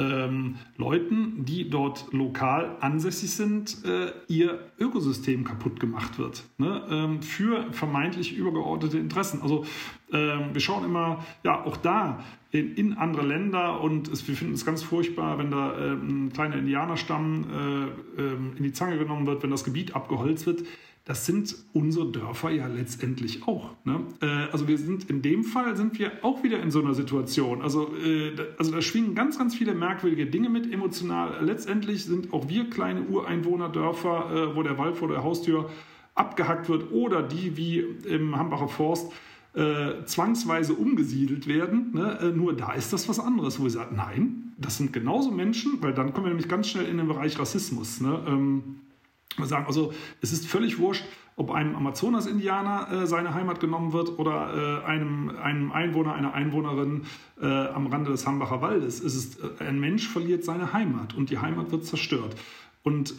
Leuten, die dort lokal ansässig sind, ihr Ökosystem kaputt gemacht wird, ne? Für vermeintlich übergeordnete Interessen. Also wir schauen immer, auch da in andere Länder und wir finden es ganz furchtbar, wenn da ein kleiner Indianerstamm in die Zange genommen wird, wenn das Gebiet abgeholzt wird. Das sind unsere Dörfer ja letztendlich auch. Ne? Also in dem Fall sind wir auch wieder in so einer Situation. Also da schwingen ganz, ganz viele merkwürdige Dinge mit emotional. Letztendlich sind auch wir kleine Ureinwohnerdörfer, wo der Wald vor der Haustür abgehackt wird oder die wie im Hambacher Forst zwangsweise umgesiedelt werden. Ne? Nur da ist das was anderes, wo wir sagen, nein, das sind genauso Menschen, weil dann kommen wir nämlich ganz schnell in den Bereich Rassismus. Ne? Wir sagen also, es ist völlig wurscht, ob einem Amazonas-Indianer seine Heimat genommen wird oder einem Einwohner, einer Einwohnerin am Rande des Hambacher Waldes. Ein Mensch verliert seine Heimat und die Heimat wird zerstört. Und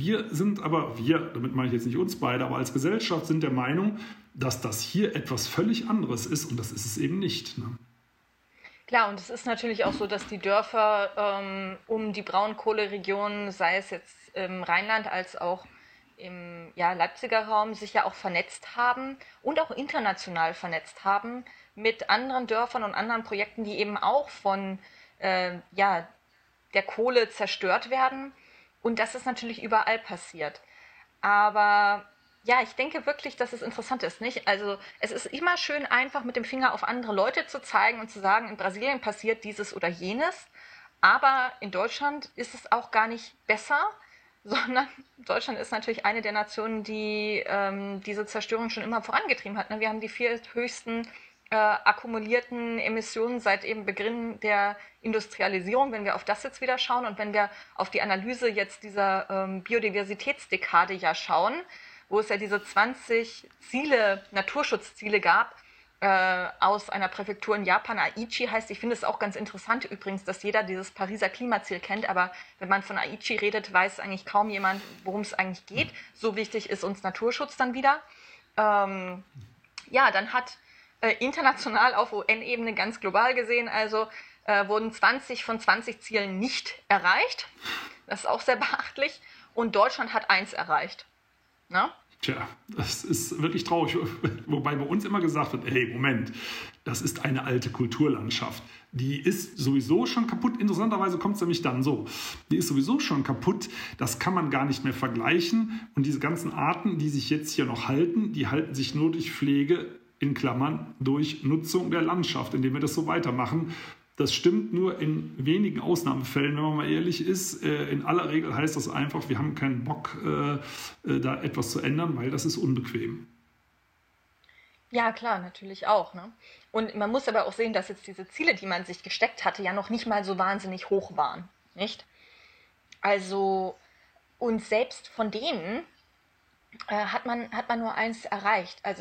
damit meine ich jetzt nicht uns beide, aber als Gesellschaft sind der Meinung, dass das hier etwas völlig anderes ist und das ist es eben nicht. Ne? Klar, und es ist natürlich auch so, dass die Dörfer um die Braunkohleregion, sei es jetzt im Rheinland als auch im Leipziger Raum, sich ja auch vernetzt haben und auch international vernetzt haben mit anderen Dörfern und anderen Projekten, die eben auch von der Kohle zerstört werden. Und das ist natürlich überall passiert. Aber ich denke wirklich, dass es interessant ist, nicht? Also es ist immer schön einfach mit dem Finger auf andere Leute zu zeigen und zu sagen, in Brasilien passiert dieses oder jenes. Aber in Deutschland ist es auch gar nicht besser, sondern Deutschland ist natürlich eine der Nationen, die diese Zerstörung schon immer vorangetrieben hat. Ne? Wir haben die vierthöchsten akkumulierten Emissionen seit eben Beginn der Industrialisierung, wenn wir auf das jetzt wieder schauen und wenn wir auf die Analyse jetzt dieser Biodiversitätsdekade ja schauen, wo es ja diese 20 Ziele, Naturschutzziele gab, aus einer Präfektur in Japan, Aichi heißt. Ich finde es auch ganz interessant übrigens, dass jeder dieses Pariser Klimaziel kennt, aber wenn man von Aichi redet, weiß eigentlich kaum jemand, worum es eigentlich geht. So wichtig ist uns Naturschutz dann wieder. Dann hat international auf UN-Ebene ganz global gesehen, also wurden 20 von 20 Zielen nicht erreicht. Das ist auch sehr beachtlich. Und Deutschland hat 1 erreicht. Na? Tja, das ist wirklich traurig. Wobei bei uns immer gesagt wird, hey, Moment, das ist eine alte Kulturlandschaft. Die ist sowieso schon kaputt. Interessanterweise kommt es nämlich dann so. Die ist sowieso schon kaputt. Das kann man gar nicht mehr vergleichen. Und diese ganzen Arten, die sich jetzt hier noch halten, die halten sich nur durch Pflege, in Klammern, durch Nutzung der Landschaft, indem wir das so weitermachen. Das stimmt nur in wenigen Ausnahmefällen, wenn man mal ehrlich ist. In aller Regel heißt das einfach, wir haben keinen Bock, da etwas zu ändern, weil das ist unbequem. Ja, klar, natürlich auch. Ne? Und man muss aber auch sehen, dass jetzt diese Ziele, die man sich gesteckt hatte, ja noch nicht mal so wahnsinnig hoch waren. Nicht? Also, und selbst von denen hat man nur 1 erreicht. Also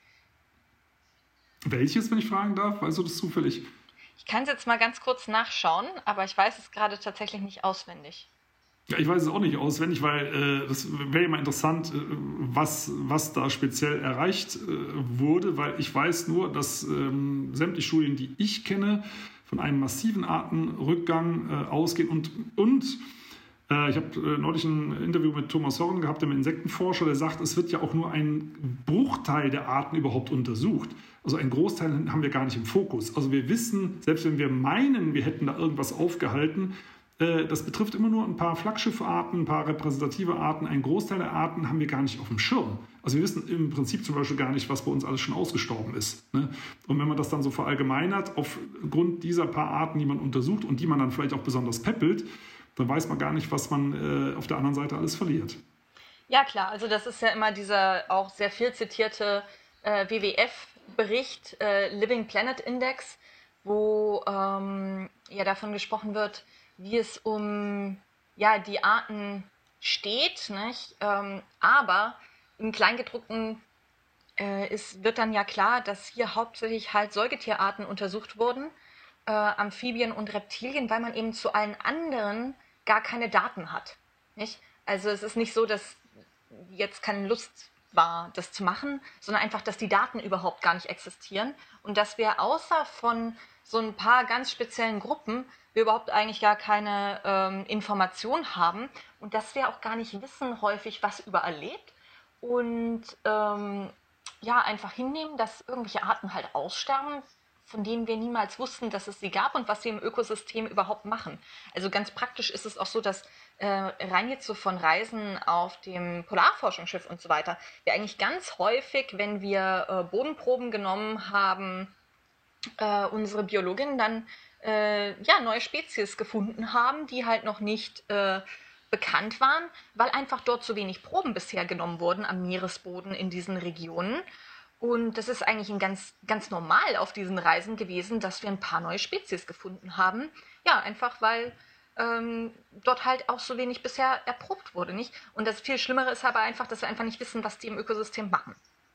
Welches, wenn ich fragen darf? Weißt du das zufällig? Ich kann es jetzt mal ganz kurz nachschauen, aber ich weiß es gerade tatsächlich nicht auswendig. Ja, ich weiß es auch nicht auswendig, weil das wäre ja mal interessant, was da speziell erreicht wurde, weil ich weiß nur, dass sämtliche Studien, die ich kenne, von einem massiven Artenrückgang ausgehen und ich habe neulich ein Interview mit Thomas Horn gehabt, dem Insektenforscher, der sagt, es wird ja auch nur ein Bruchteil der Arten überhaupt untersucht. Also ein Großteil haben wir gar nicht im Fokus. Also wir wissen, selbst wenn wir meinen, wir hätten da irgendwas aufgehalten, das betrifft immer nur ein paar Flaggschiffarten, ein paar repräsentative Arten. Ein Großteil der Arten haben wir gar nicht auf dem Schirm. Also wir wissen im Prinzip zum Beispiel gar nicht, was bei uns alles schon ausgestorben ist. Ne? Und wenn man das dann so verallgemeinert, aufgrund dieser paar Arten, die man untersucht und die man dann vielleicht auch besonders peppelt, dann weiß man gar nicht, was man auf der anderen Seite alles verliert. Ja, klar. Also das ist ja immer dieser auch sehr viel zitierte WWF-Bericht, Living Planet Index, wo davon gesprochen wird, wie es um die Arten steht. Nicht? Aber im Kleingedruckten wird dann ja klar, dass hier hauptsächlich halt Säugetierarten untersucht wurden, Amphibien und Reptilien, weil man eben zu allen anderen gar keine Daten hat. Nicht? Also es ist nicht so, dass jetzt keine Lust war, das zu machen, sondern einfach, dass die Daten überhaupt gar nicht existieren und dass wir außer von so ein paar ganz speziellen Gruppen wir überhaupt eigentlich gar keine Information haben und dass wir auch gar nicht wissen häufig, was überall lebt und einfach hinnehmen, dass irgendwelche Arten halt aussterben, von denen wir niemals wussten, dass es sie gab und was sie im Ökosystem überhaupt machen. Also ganz praktisch ist es auch so, dass rein jetzt so von Reisen auf dem Polarforschungsschiff und so weiter, wir eigentlich ganz häufig, wenn wir Bodenproben genommen haben, unsere Biologinnen dann neue Spezies gefunden haben, die halt noch nicht bekannt waren, weil einfach dort zu wenig Proben bisher genommen wurden am Meeresboden in diesen Regionen. Und das ist eigentlich ganz, ganz normal auf diesen Reisen gewesen, dass wir ein paar neue Spezies gefunden haben. Ja, einfach weil dort halt auch so wenig bisher erprobt wurde, nicht? Und das viel Schlimmere ist aber einfach, dass wir einfach nicht wissen, was die im Ökosystem machen.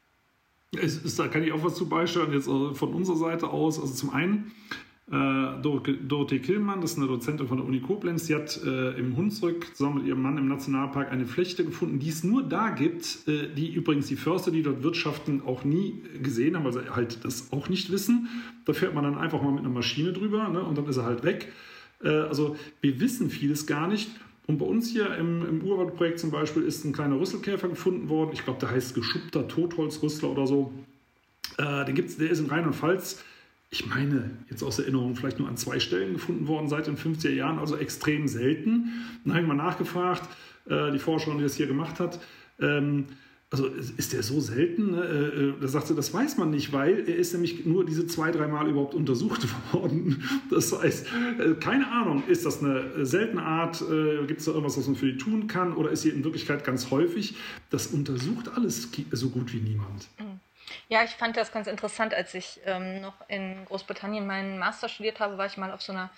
Da kann ich auch was zu beisteuern, jetzt von unserer Seite aus. Also zum einen, Dorothee Killmann, das ist eine Dozentin von der Uni Koblenz, die hat im Hunsrück zusammen mit ihrem Mann im Nationalpark eine Flechte gefunden, die es nur da gibt, die übrigens die Förster, die dort wirtschaften, auch nie gesehen haben, weil sie halt das auch nicht wissen. Da fährt man dann einfach mal mit einer Maschine drüber, ne, und dann ist er halt weg. Also wir wissen vieles gar nicht. Und bei uns hier im Urwaldprojekt zum Beispiel ist ein kleiner Rüsselkäfer gefunden worden. Ich glaube, der heißt geschuppter Totholzrüssler oder so. Der ist in Rheinland-Pfalz, ich meine, jetzt aus Erinnerung vielleicht nur an 2 Stellen gefunden worden seit den 50er Jahren, also extrem selten. Dann habe ich mal nachgefragt, die Forscherin, die das hier gemacht hat, also ist der so selten? Ne? Da sagt sie, das weiß man nicht, weil er ist nämlich nur diese 2-3 Mal überhaupt untersucht worden. Das heißt, keine Ahnung, ist das eine seltene Art? Gibt es da irgendwas, was man für die tun kann? Oder ist sie in Wirklichkeit ganz häufig? Das untersucht alles so gut wie niemand. Ja, ich fand das ganz interessant. Als ich noch in Großbritannien meinen Master studiert habe, war ich mal auf so einer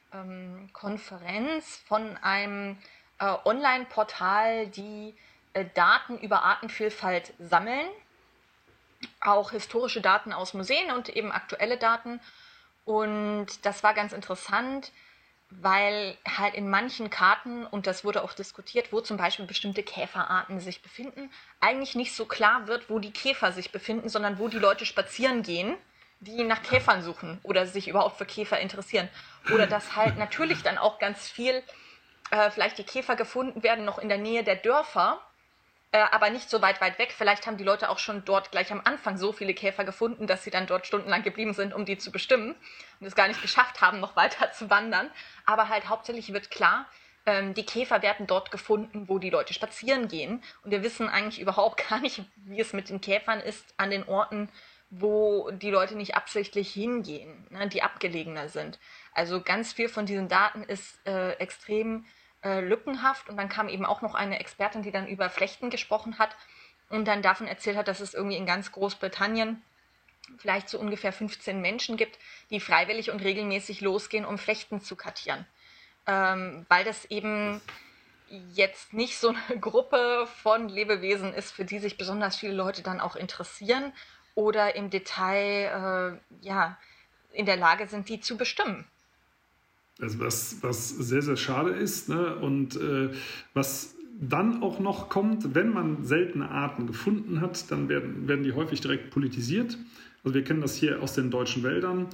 Konferenz von einem Online-Portal, die Daten über Artenvielfalt sammeln, auch historische Daten aus Museen und eben aktuelle Daten. Und das war ganz interessant, weil halt in manchen Karten, und das wurde auch diskutiert, wo zum Beispiel bestimmte Käferarten sich befinden, eigentlich nicht so klar wird, wo die Käfer sich befinden, sondern wo die Leute spazieren gehen, die nach Käfern suchen oder sich überhaupt für Käfer interessieren. Oder dass halt natürlich dann auch ganz viel, vielleicht die Käfer gefunden werden, noch in der Nähe der Dörfer, aber nicht so weit weg. Vielleicht haben die Leute auch schon dort gleich am Anfang so viele Käfer gefunden, dass sie dann dort stundenlang geblieben sind, um die zu bestimmen und es gar nicht geschafft haben, noch weiter zu wandern. Aber halt hauptsächlich wird klar, die Käfer werden dort gefunden, wo die Leute spazieren gehen. Und wir wissen eigentlich überhaupt gar nicht, wie es mit den Käfern ist an den Orten, wo die Leute nicht absichtlich hingehen, ne, die abgelegener sind. Also ganz viel von diesen Daten ist extrem lückenhaft. Und dann kam eben auch noch eine Expertin, die dann über Flechten gesprochen hat und dann davon erzählt hat, dass es irgendwie in ganz Großbritannien vielleicht so ungefähr 15 Menschen gibt, die freiwillig und regelmäßig losgehen, um Flechten zu kartieren. Weil das eben jetzt nicht so eine Gruppe von Lebewesen ist, für die sich besonders viele Leute dann auch interessieren oder im Detail in der Lage sind, die zu bestimmen. Also was sehr, sehr schade ist, ne? Und was dann auch noch kommt, wenn man seltene Arten gefunden hat, dann werden die häufig direkt politisiert. Also wir kennen das hier aus den deutschen Wäldern.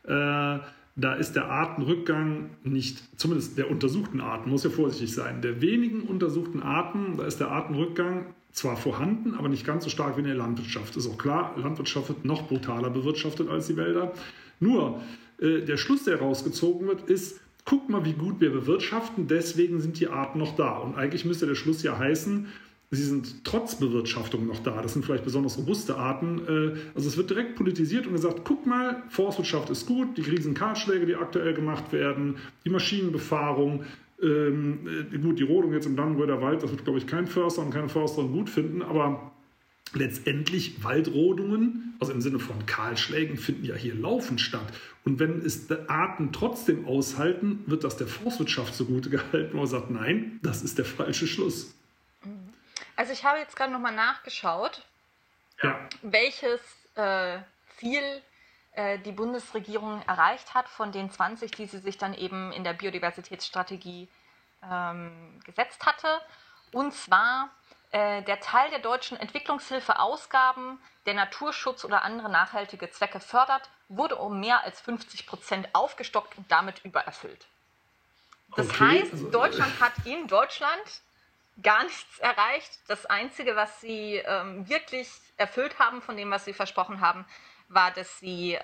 Da ist der Artenrückgang nicht, zumindest der untersuchten Arten, muss ja vorsichtig sein, der wenigen untersuchten Arten, da ist der Artenrückgang zwar vorhanden, aber nicht ganz so stark wie in der Landwirtschaft. Ist auch klar, Landwirtschaft wird noch brutaler bewirtschaftet als die Wälder. Nur der Schluss, der rausgezogen wird, ist, guck mal, wie gut wir bewirtschaften, deswegen sind die Arten noch da. Und eigentlich müsste der Schluss ja heißen, sie sind trotz Bewirtschaftung noch da. Das sind vielleicht besonders robuste Arten. Also es wird direkt politisiert und gesagt, guck mal, Forstwirtschaft ist gut, die riesen Kahlschläge, die aktuell gemacht werden, die Maschinenbefahrung, gut, die Rodung jetzt im Dannenröder Wald, das wird, glaube ich, kein Förster und keine Försterin gut finden, aber letztendlich Waldrodungen, also im Sinne von Kahlschlägen, finden ja hier laufend statt. Und wenn es die Arten trotzdem aushalten, wird das der Forstwirtschaft zugute gehalten, wo man sagt, nein, das ist der falsche Schluss. Also ich habe jetzt gerade nochmal nachgeschaut, welches Ziel die Bundesregierung erreicht hat von den 20, die sie sich dann eben in der Biodiversitätsstrategie gesetzt hatte. Und zwar der Teil der deutschen Entwicklungshilfeausgaben, der Naturschutz oder andere nachhaltige Zwecke fördert, wurde um mehr als 50% aufgestockt und damit übererfüllt. Das heißt, Deutschland hat in Deutschland gar nichts erreicht. Das Einzige, was sie wirklich erfüllt haben von dem, was sie versprochen haben, war, dass sie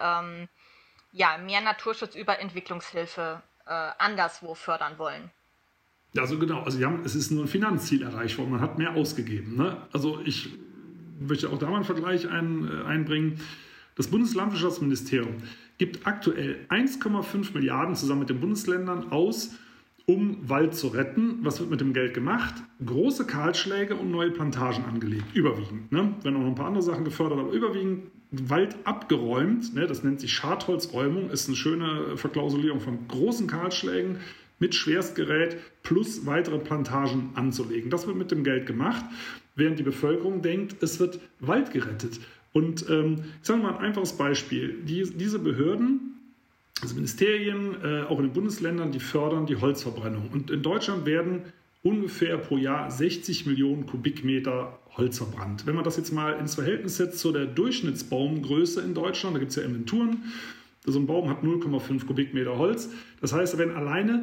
mehr Naturschutz über Entwicklungshilfe anderswo fördern wollen. Also genau, also es ist nur ein Finanzziel erreicht worden, man hat mehr ausgegeben. Ne? Also ich möchte auch da mal einen Vergleich einbringen. Das Bundeslandwirtschaftsministerium gibt aktuell 1,5 Milliarden zusammen mit den Bundesländern aus, um Wald zu retten. Was wird mit dem Geld gemacht? Große Kahlschläge und neue Plantagen angelegt, überwiegend. Ne? Werden auch noch ein paar andere Sachen gefördert, aber überwiegend Wald abgeräumt. Ne? Das nennt sich Schadholzräumung, ist eine schöne Verklausulierung von großen Kahlschlägen mit Schwerstgerät plus weitere Plantagen anzulegen. Das wird mit dem Geld gemacht, während die Bevölkerung denkt, es wird Wald gerettet. Und ich sage mal ein einfaches Beispiel. Diese Behörden, also Ministerien, auch in den Bundesländern, die fördern die Holzverbrennung. Und in Deutschland werden ungefähr pro Jahr 60 Millionen Kubikmeter Holz verbrannt. Wenn man das jetzt mal ins Verhältnis setzt zu der Durchschnittsbaumgröße in Deutschland, da gibt es ja Inventuren, so ein Baum hat 0,5 Kubikmeter Holz. Das heißt, wenn alleine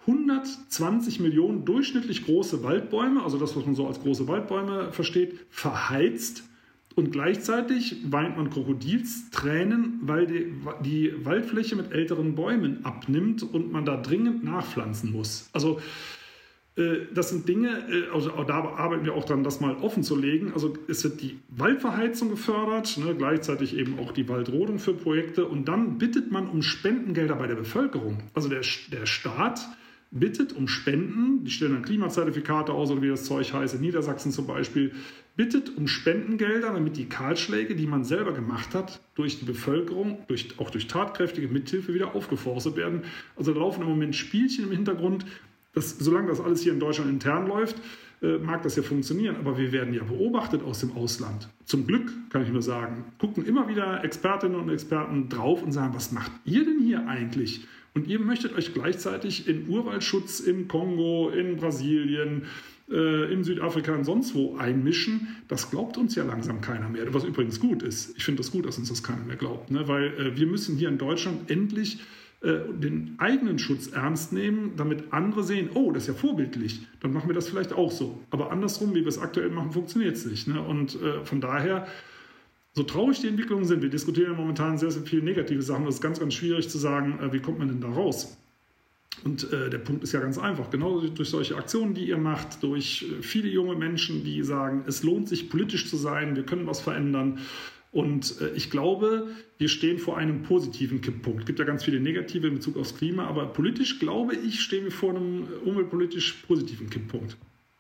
120 Millionen durchschnittlich große Waldbäume, also das, was man so als große Waldbäume versteht, verheizt und gleichzeitig weint man Krokodilstränen, weil die Waldfläche mit älteren Bäumen abnimmt und man da dringend nachpflanzen muss. Also Das sind Dinge, also da arbeiten wir auch dran, das mal offen zu legen. Also es wird die Waldverheizung gefördert, ne, gleichzeitig eben auch die Waldrodung für Projekte und dann bittet man um Spendengelder bei der Bevölkerung. Also der Staat bittet um Spenden, die stellen dann Klimazertifikate aus oder wie das Zeug heißt, in Niedersachsen zum Beispiel, bittet um Spendengelder, damit die Kahlschläge, die man selber gemacht hat, durch die Bevölkerung, auch durch tatkräftige Mithilfe wieder aufgeforstet werden. Also da laufen im Moment Spielchen im Hintergrund. Solange das alles hier in Deutschland intern läuft, mag das ja funktionieren, aber wir werden ja beobachtet aus dem Ausland. Zum Glück, kann ich nur sagen, gucken immer wieder Expertinnen und Experten drauf und sagen, was macht ihr denn hier eigentlich? Und ihr möchtet euch gleichzeitig in Urwaldschutz im Kongo, in Brasilien, in Südafrika und sonst wo einmischen. Das glaubt uns ja langsam keiner mehr, was übrigens gut ist. Ich finde das gut, dass uns das keiner mehr glaubt, ne? Weil wir müssen hier in Deutschland endlich den eigenen Schutz ernst nehmen, damit andere sehen, oh, das ist ja vorbildlich, dann machen wir das vielleicht auch so. Aber andersrum, wie wir es aktuell machen, funktioniert es nicht. Ne? Und von daher, so traurig die Entwicklungen sind, wir diskutieren momentan sehr, sehr viele negative Sachen, das ist ganz, ganz schwierig zu sagen, wie kommt man denn da raus? Und der Punkt ist ja ganz einfach, genau durch solche Aktionen, die ihr macht, durch viele junge Menschen, die sagen, es lohnt sich politisch zu sein, wir können was verändern. Und ich glaube, wir stehen vor einem positiven Kipppunkt. Es gibt ja ganz viele negative in Bezug aufs Klima, aber politisch, glaube ich, stehen wir vor einem umweltpolitisch positiven Kipppunkt.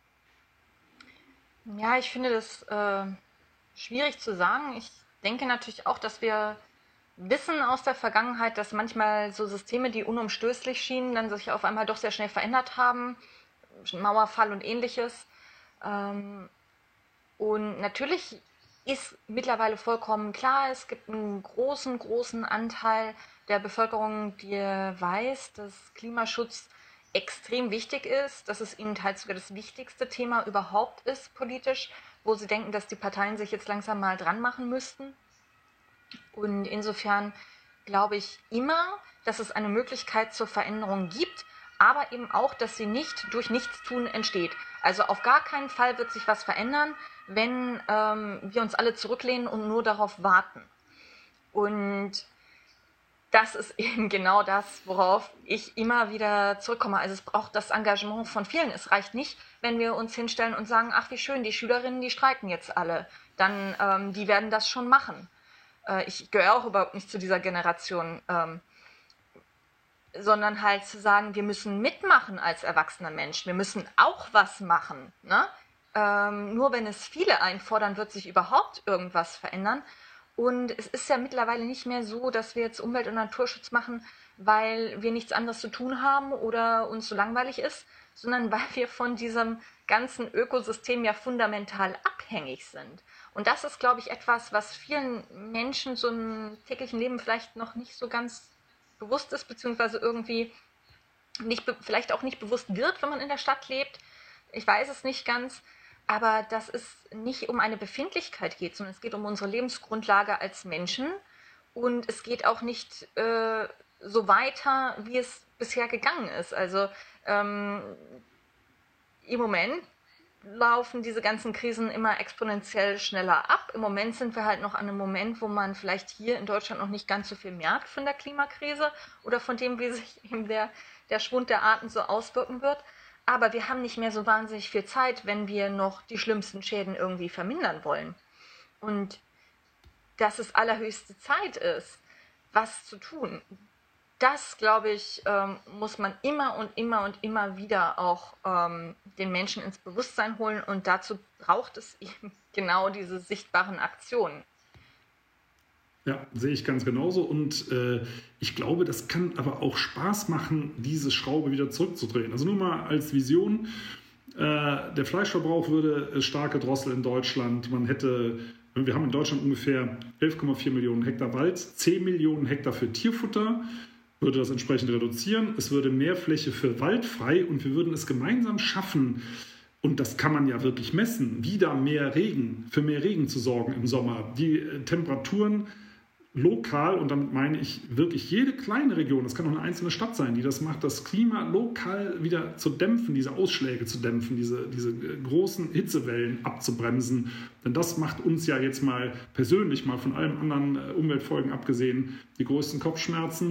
Ja, ich finde das schwierig zu sagen. Ich denke natürlich auch, dass wir wissen aus der Vergangenheit, dass manchmal so Systeme, die unumstößlich schienen, dann sich auf einmal doch sehr schnell verändert haben. Mauerfall und ähnliches. Und natürlich ist mittlerweile vollkommen klar, es gibt einen großen, großen Anteil der Bevölkerung, die weiß, dass Klimaschutz extrem wichtig ist, dass es ihnen teils sogar das wichtigste Thema überhaupt ist politisch, wo sie denken, dass die Parteien sich jetzt langsam mal dran machen müssten. Und insofern glaube ich immer, dass es eine Möglichkeit zur Veränderung gibt, aber eben auch, dass sie nicht durch Nichtstun entsteht. Also auf gar keinen Fall wird sich was verändern, wenn wir uns alle zurücklehnen und nur darauf warten. Und das ist eben genau das, worauf ich immer wieder zurückkomme. Also es braucht das Engagement von vielen. Es reicht nicht, wenn wir uns hinstellen und sagen, ach wie schön, die Schülerinnen, die streiken jetzt alle. Dann, die werden das schon machen. Ich gehöre auch überhaupt nicht zu dieser Generation, sondern halt zu sagen, wir müssen mitmachen als erwachsener Mensch. Wir müssen auch was machen. Ne? Nur wenn es viele einfordern, wird sich überhaupt irgendwas verändern. Und es ist ja mittlerweile nicht mehr so, dass wir jetzt Umwelt- und Naturschutz machen, weil wir nichts anderes zu tun haben oder uns so langweilig ist, sondern weil wir von diesem ganzen Ökosystem ja fundamental abhängig sind. Und das ist, glaube ich, etwas, was vielen Menschen so im täglichen Leben vielleicht noch nicht so ganz bewusst ist, beziehungsweise irgendwie vielleicht auch nicht bewusst wird, wenn man in der Stadt lebt. Ich weiß es nicht ganz. Aber dass es nicht um eine Befindlichkeit geht, sondern es geht um unsere Lebensgrundlage als Menschen. Und es geht auch nicht so weiter, wie es bisher gegangen ist. Also im Moment laufen diese ganzen Krisen immer exponentiell schneller ab. Im Moment sind wir halt noch an einem Moment, wo man vielleicht hier in Deutschland noch nicht ganz so viel merkt von der Klimakrise oder von dem, wie sich eben der Schwund der Arten so auswirken wird. Aber wir haben nicht mehr so wahnsinnig viel Zeit, wenn wir noch die schlimmsten Schäden irgendwie vermindern wollen. Und dass es allerhöchste Zeit ist, was zu tun, das, glaube ich, muss man immer und immer und immer wieder auch den Menschen ins Bewusstsein holen. Und dazu braucht es eben genau diese sichtbaren Aktionen. Ja, sehe ich ganz genauso und ich glaube, das kann aber auch Spaß machen, diese Schraube wieder zurückzudrehen. Also nur mal als Vision, der Fleischverbrauch würde stark gedrosseln in Deutschland. Wir haben in Deutschland ungefähr 11,4 Millionen Hektar Wald, 10 Millionen Hektar für Tierfutter, würde das entsprechend reduzieren. Es würde mehr Fläche für Wald frei und wir würden es gemeinsam schaffen, und das kann man ja wirklich messen, wieder für mehr Regen zu sorgen im Sommer. Die Temperaturen lokal, und damit meine ich wirklich jede kleine Region, das kann auch eine einzelne Stadt sein, die das macht, das Klima lokal wieder zu dämpfen, diese Ausschläge zu dämpfen, diese großen Hitzewellen abzubremsen. Denn das macht uns ja jetzt mal persönlich, mal von allen anderen Umweltfolgen abgesehen, die größten Kopfschmerzen.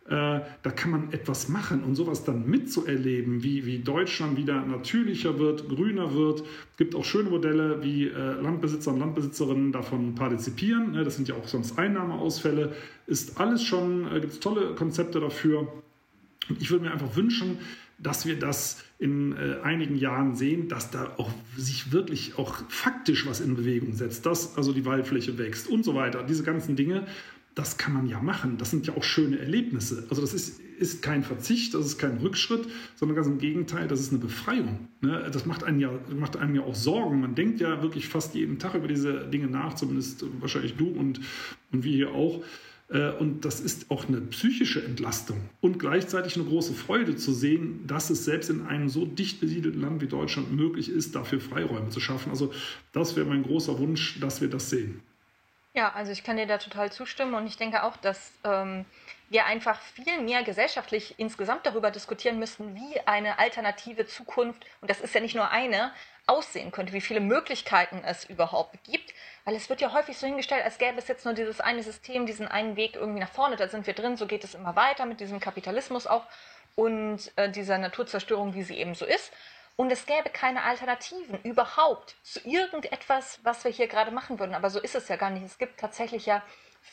Da kann man etwas machen und sowas dann mitzuerleben, wie Deutschland wieder natürlicher wird, grüner wird. Es gibt auch schöne Modelle, wie Landbesitzer und Landbesitzerinnen davon partizipieren. Das sind ja auch sonst Einnahmeausfälle. Ist alles schon, gibt es tolle Konzepte dafür. Und ich würde mir einfach wünschen, dass wir das in einigen Jahren sehen, dass da auch sich wirklich auch faktisch was in Bewegung setzt, dass also die Waldfläche wächst und so weiter. Diese ganzen Dinge, das kann man ja machen. Das sind ja auch schöne Erlebnisse. Also das ist kein Verzicht, das ist kein Rückschritt, sondern ganz im Gegenteil, das ist eine Befreiung. Das macht einem ja auch Sorgen. Man denkt ja wirklich fast jeden Tag über diese Dinge nach, zumindest wahrscheinlich du und wir hier auch. Und das ist auch eine psychische Entlastung und gleichzeitig eine große Freude zu sehen, dass es selbst in einem so dicht besiedelten Land wie Deutschland möglich ist, dafür Freiräume zu schaffen. Also das wäre mein großer Wunsch, dass wir das sehen. Ja, also ich kann dir da total zustimmen und ich denke auch, dass wir einfach viel mehr gesellschaftlich insgesamt darüber diskutieren müssen, wie eine alternative Zukunft, und das ist ja nicht nur eine, aussehen könnte, wie viele Möglichkeiten es überhaupt gibt, weil es wird ja häufig so hingestellt, als gäbe es jetzt nur dieses eine System, diesen einen Weg irgendwie nach vorne, da sind wir drin, so geht es immer weiter mit diesem Kapitalismus auch und dieser Naturzerstörung, wie sie eben so ist. Und es gäbe keine Alternativen überhaupt zu irgendetwas, was wir hier gerade machen würden. Aber so ist es ja gar nicht. Es gibt tatsächlich ja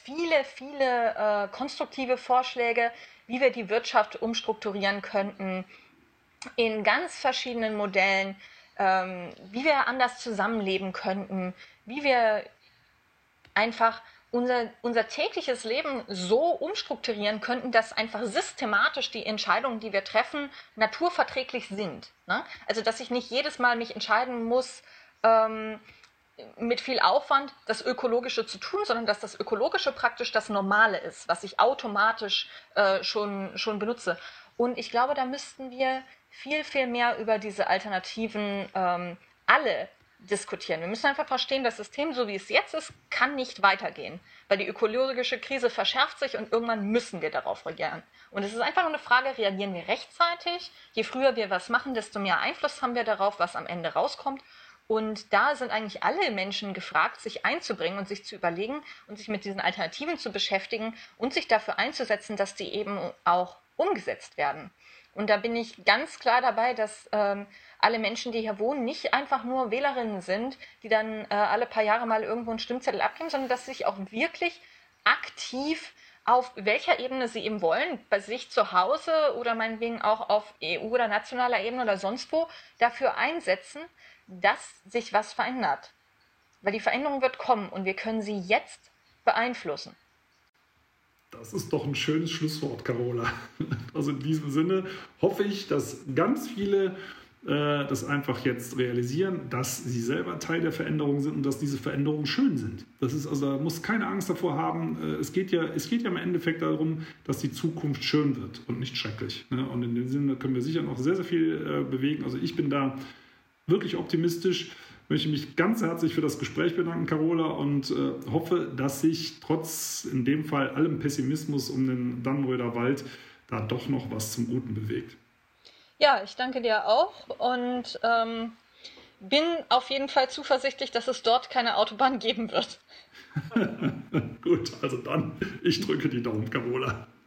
viele konstruktive Vorschläge, wie wir die Wirtschaft umstrukturieren könnten, in ganz verschiedenen Modellen, wie wir anders zusammenleben könnten, wie wir einfach unser tägliches Leben so umstrukturieren könnten, dass einfach systematisch die Entscheidungen, die wir treffen, naturverträglich sind. Ne? Also dass ich nicht jedes Mal mich entscheiden muss, mit viel Aufwand das Ökologische zu tun, sondern dass das Ökologische praktisch das Normale ist, was ich automatisch schon benutze. Und ich glaube, da müssten wir viel mehr über diese Alternativen alle diskutieren. Wir müssen einfach verstehen, das System, so wie es jetzt ist, kann nicht weitergehen, weil die ökologische Krise verschärft sich und irgendwann müssen wir darauf reagieren. Und es ist einfach nur eine Frage, reagieren wir rechtzeitig? Je früher wir was machen, desto mehr Einfluss haben wir darauf, was am Ende rauskommt. Und da sind eigentlich alle Menschen gefragt, sich einzubringen und sich zu überlegen und sich mit diesen Alternativen zu beschäftigen und sich dafür einzusetzen, dass die eben auch umgesetzt werden. Und da bin ich ganz klar dabei, dass alle Menschen, die hier wohnen, nicht einfach nur Wählerinnen sind, die dann alle paar Jahre mal irgendwo einen Stimmzettel abgeben, sondern dass sie sich auch wirklich aktiv auf welcher Ebene sie eben wollen, bei sich zu Hause oder meinetwegen auch auf EU- oder nationaler Ebene oder sonst wo, dafür einsetzen, dass sich was verändert. Weil die Veränderung wird kommen und wir können sie jetzt beeinflussen. Das ist doch ein schönes Schlusswort, Carola. Also in diesem Sinne hoffe ich, dass ganz viele das einfach jetzt realisieren, dass sie selber Teil der Veränderung sind und dass diese Veränderungen schön sind. Das ist also, da muss keine Angst davor haben. Es geht ja im Endeffekt darum, dass die Zukunft schön wird und nicht schrecklich. Und in dem Sinne können wir sicher noch sehr viel bewegen. Also ich bin da wirklich optimistisch. Möchte mich ganz herzlich für das Gespräch bedanken, Carola, und hoffe, dass sich trotz in dem Fall allem Pessimismus um den Dannenröder Wald da doch noch was zum Guten bewegt. Ja, ich danke dir auch und bin auf jeden Fall zuversichtlich, dass es dort keine Autobahn geben wird. Gut, also dann, ich drücke die Daumen, Carola.